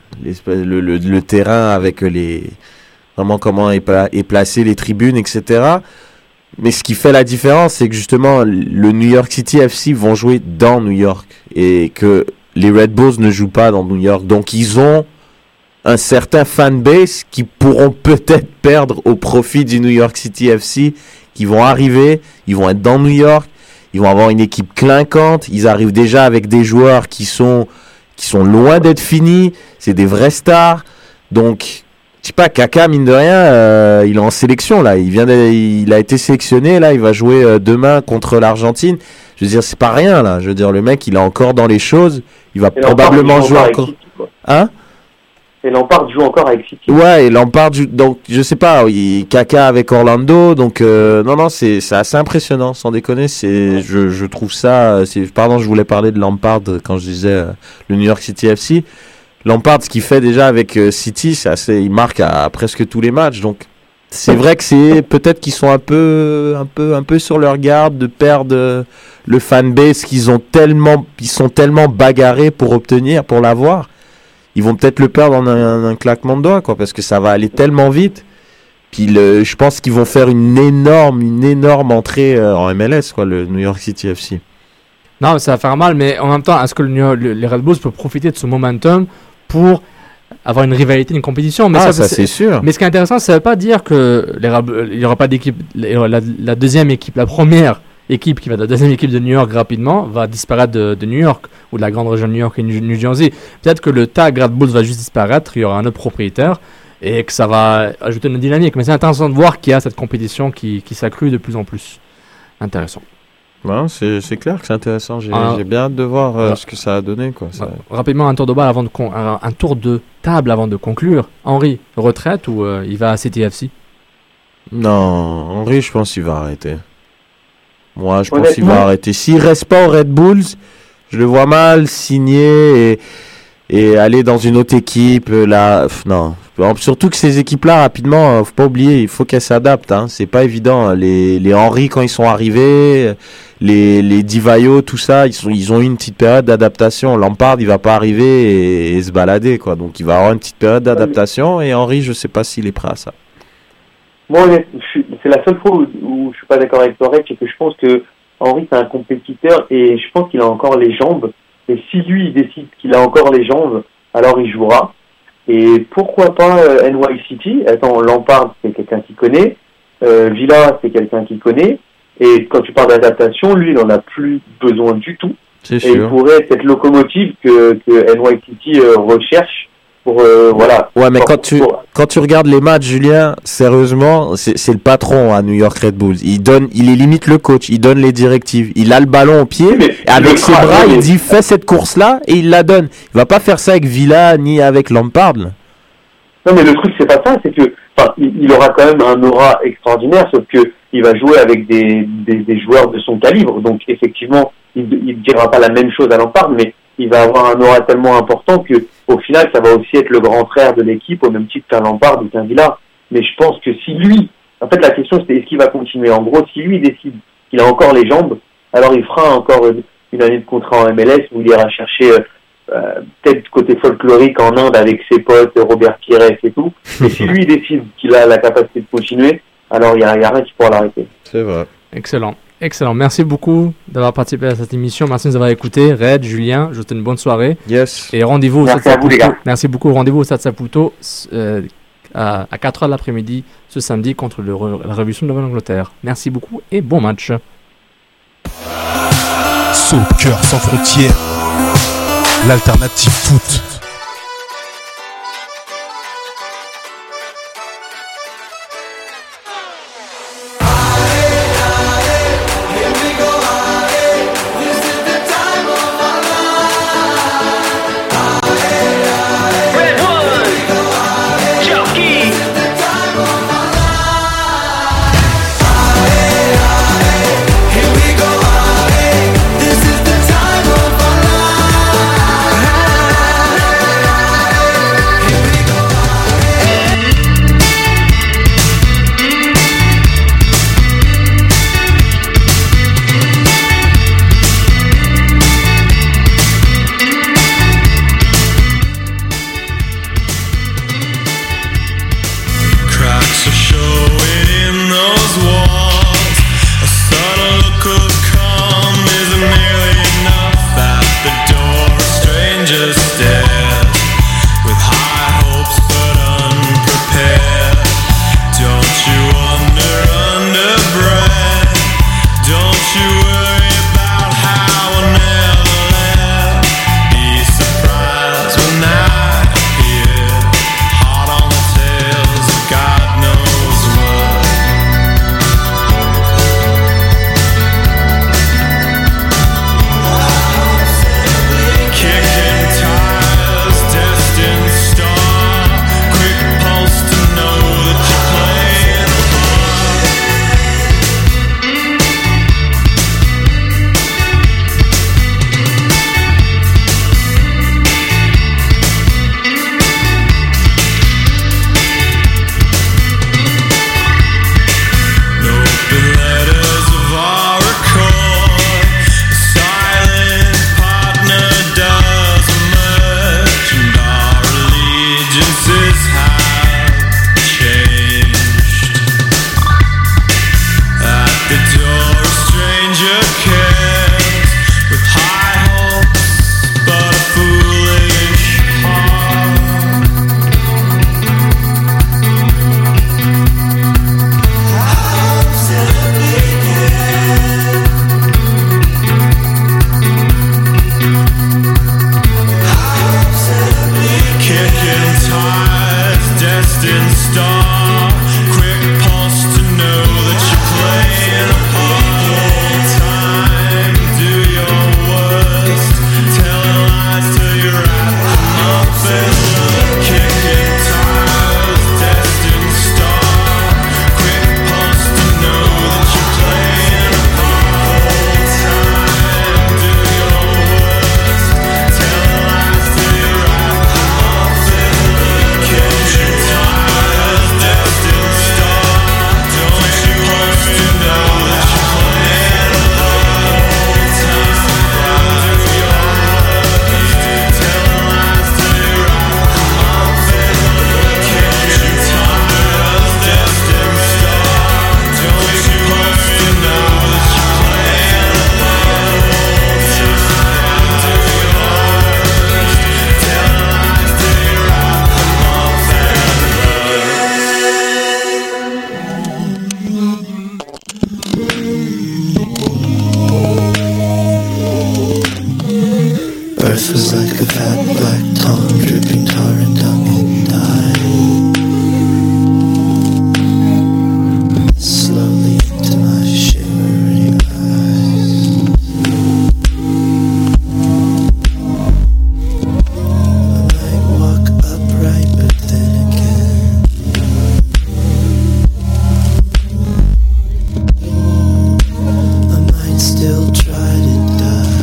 le terrain avec vraiment comment est placé les tribunes, etc. Mais ce qui fait la différence, c'est que justement, le New York City FC vont jouer dans New York et que les Red Bulls ne jouent pas dans New York. Donc, ils ont un certain fanbase qui pourront peut-être perdre au profit du New York City FC, qui vont arriver, ils vont être dans New York. Ils vont avoir une équipe clinquante. Ils arrivent déjà avec des joueurs qui sont loin d'être finis. C'est des vrais stars. Donc, je sais pas, Kaka, mine de rien, il est en sélection là. Il a été sélectionné là. Il va jouer demain contre l'Argentine. Je veux dire, c'est pas rien là. Je veux dire, le mec, il est encore dans les choses. Il va probablement jouer encore. City, et Lampard joue encore avec City. Ouais, et Lampard joue, donc je sais pas, Kaka avec Orlando, donc non, c'est assez impressionnant, sans déconner. Je trouve ça. Pardon, je voulais parler de Lampard quand je disais le New York City FC. Lampard, ce qu'il fait déjà avec City, il marque à presque tous les matchs, donc c'est vrai que c'est peut-être qu'ils sont un peu sur leur garde de perdre le fanbase qu'ils sont tellement bagarrés pour l'avoir. Ils vont peut-être le perdre en un claquement de doigts, quoi, parce que ça va aller tellement vite. Puis je pense qu'ils vont faire une énorme entrée en MLS, quoi, le New York City FC. Non, ça va faire mal, mais en même temps, est-ce que les Red Bulls peuvent profiter de ce momentum pour avoir une rivalité, une compétition. Mais ça c'est sûr. Mais ce qui est intéressant, ça ne veut pas dire que il n'y aura pas d'équipe. La deuxième équipe, la première équipe qui va de la deuxième équipe de New York rapidement va disparaître de New York ou de la grande région de New York et New Jersey. Peut-être que le tag Red Bulls va juste disparaître, il y aura un autre propriétaire et que ça va ajouter une dynamique. Mais c'est intéressant de voir qu'il y a cette compétition qui s'accrue de plus en plus. Intéressant. Ouais, c'est clair que c'est intéressant. J'ai bien hâte de voir ce que ça a donné, quoi. Rapidement, un tour de balle un tour de table avant de conclure. Henry, retraite ou il va à CTFC? Non, Henry, je pense qu'il va arrêter. Moi, je pense qu'il va arrêter. S'il reste pas au Red Bulls, je le vois mal signer et aller dans une autre équipe. Là, non. Surtout que ces équipes-là, rapidement, faut pas oublier, il faut qu'elles s'adaptent. Hein. C'est pas évident. Les Henry, quand ils sont arrivés, les Divayo, tout ça, ils ont eu une petite période d'adaptation. Lampard, il va pas arriver et se balader, quoi. Donc, il va avoir une petite période d'adaptation. Et Henry, je sais pas s'il est prêt à ça. Moi, c'est la seule fois où je suis pas d'accord avec toi, c'est que je pense que Henry, c'est un compétiteur et je pense qu'il a encore les jambes. Et si lui, il décide qu'il a encore les jambes, alors il jouera. Et pourquoi pas NYCT? Attends, Lampard, c'est quelqu'un qui connaît. Villa, c'est quelqu'un qui connaît. Et quand tu parles d'adaptation, lui, il en a plus besoin du tout. C'est sûr. Et il pourrait être cette locomotive que NYCT recherche. Voilà. Ouais, mais quand tu regardes les matchs, Julien, sérieusement, c'est le patron à New York Red Bulls. Il est limite le coach. Il donne les directives. Il a le ballon au pied. Avec ses bras, il dit fais cette course-là et il la donne. Il va pas faire ça avec Villa ni avec Lampard. Là. Non, mais le truc, c'est pas ça. C'est que, il aura quand même un aura extraordinaire, sauf que il va jouer avec des joueurs de son calibre. Donc, effectivement, il dira pas la même chose à Lampard, mais il va avoir un aura tellement important que, au final, ça va aussi être le grand frère de l'équipe, au même titre qu'un Lampard ou qu'un Villa. Mais je pense que si lui, en fait, la question c'est est-ce qu'il va continuer? En gros, si lui décide qu'il a encore les jambes, alors il fera encore une année de contrat en MLS où il ira chercher peut-être côté folklorique en Inde avec ses potes, Robert Pires et tout. Et si lui décide qu'il a la capacité de continuer, alors il y a rien qui pourra l'arrêter. C'est vrai. Excellent. Excellent. Merci beaucoup d'avoir participé à cette émission. Merci de nous avoir écoutés. Red, Julien, je vous souhaite une bonne soirée. Yes. Et rendez-vous au Stade Saputo. Merci beaucoup. Rendez-vous au Stade Saputo à 4h de l'après-midi ce samedi contre la Révolution de Nouvelle-Angleterre. Merci beaucoup et bon match. Soccer sans frontières. L'alternative foot. Feels like a fat black tongue dripping tar and dung and die. Slowly into my shivering eyes. I might walk upright, but then again I might still try to die.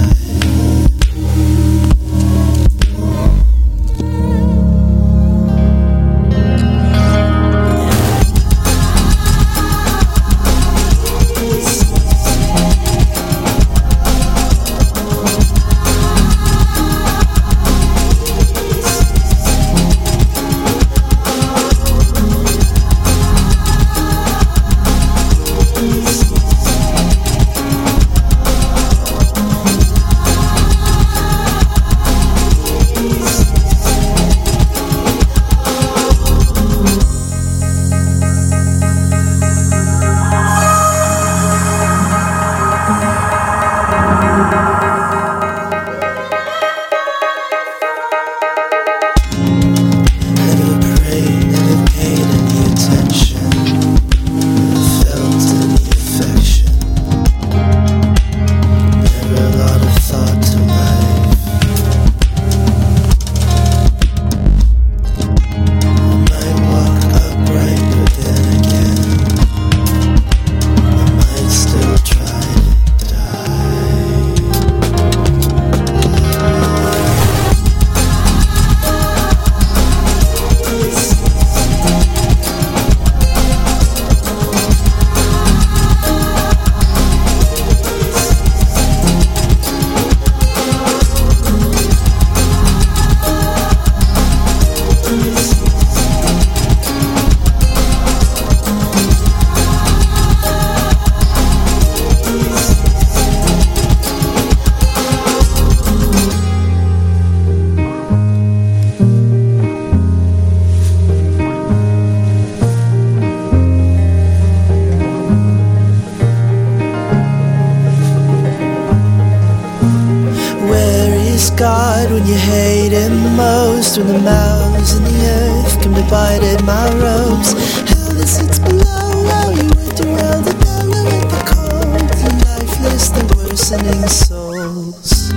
God, when you hate him most, when the mouths in the earth come to bite at my ropes. Hell that sits below while you went around the bellow at the cold, the lifeless, the worsening souls.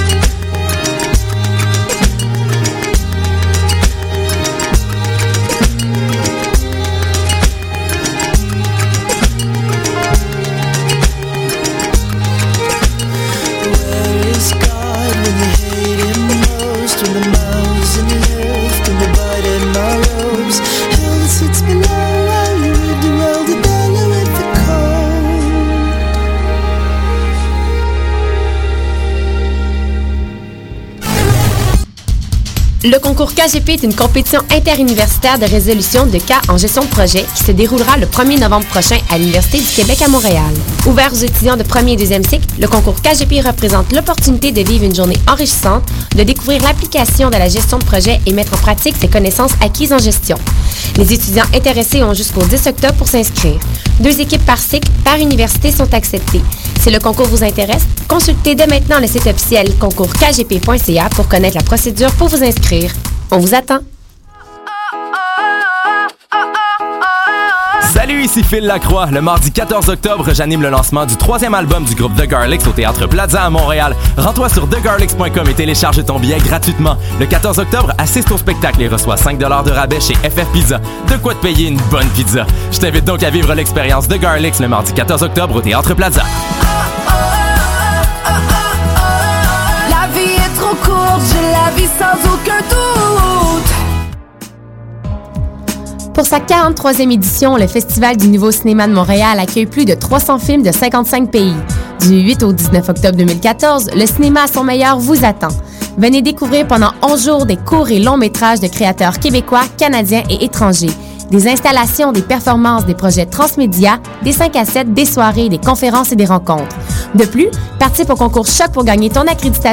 Le concours KGP est une compétition interuniversitaire de résolution de cas en gestion de projet qui se déroulera le 1er novembre prochain à l'Université du Québec à Montréal. Ouvert aux étudiants de premier et deuxième cycle, le concours KGP représente l'opportunité de vivre une journée enrichissante, de découvrir l'application de la gestion de projet et mettre en pratique ses connaissances acquises en gestion. Les étudiants intéressés ont jusqu'au 10 octobre pour s'inscrire. 2 équipes par cycle, par université sont acceptées. Si le concours vous intéresse, consultez dès maintenant le site officiel concourskgp.ca pour connaître la procédure pour vous inscrire. On vous attend! Salut, ici Phil Lacroix. Le mardi 14 octobre, j'anime le lancement du 3e album du groupe The Garlics au Théâtre Plaza à Montréal. Rends-toi sur thegarlics.com et télécharge ton billet gratuitement. Le 14 octobre, assiste au spectacle et reçois 5$ de rabais chez FF Pizza. De quoi te payer une bonne pizza. Je t'invite donc à vivre l'expérience The Garlics le mardi 14 octobre au Théâtre Plaza. La vie est trop courte, je la vis sans aucun doute. Pour sa 43e édition, le Festival du Nouveau Cinéma de Montréal accueille plus de 300 films de 55 pays. Du 8 au 19 octobre 2014, le cinéma à son meilleur vous attend. Venez découvrir pendant 11 jours des courts et longs métrages de créateurs québécois, canadiens et étrangers. Des installations, des performances, des projets transmédia, des 5 à 7, des soirées, des conférences et des rencontres. De plus, participe au concours Choc pour gagner ton accréditation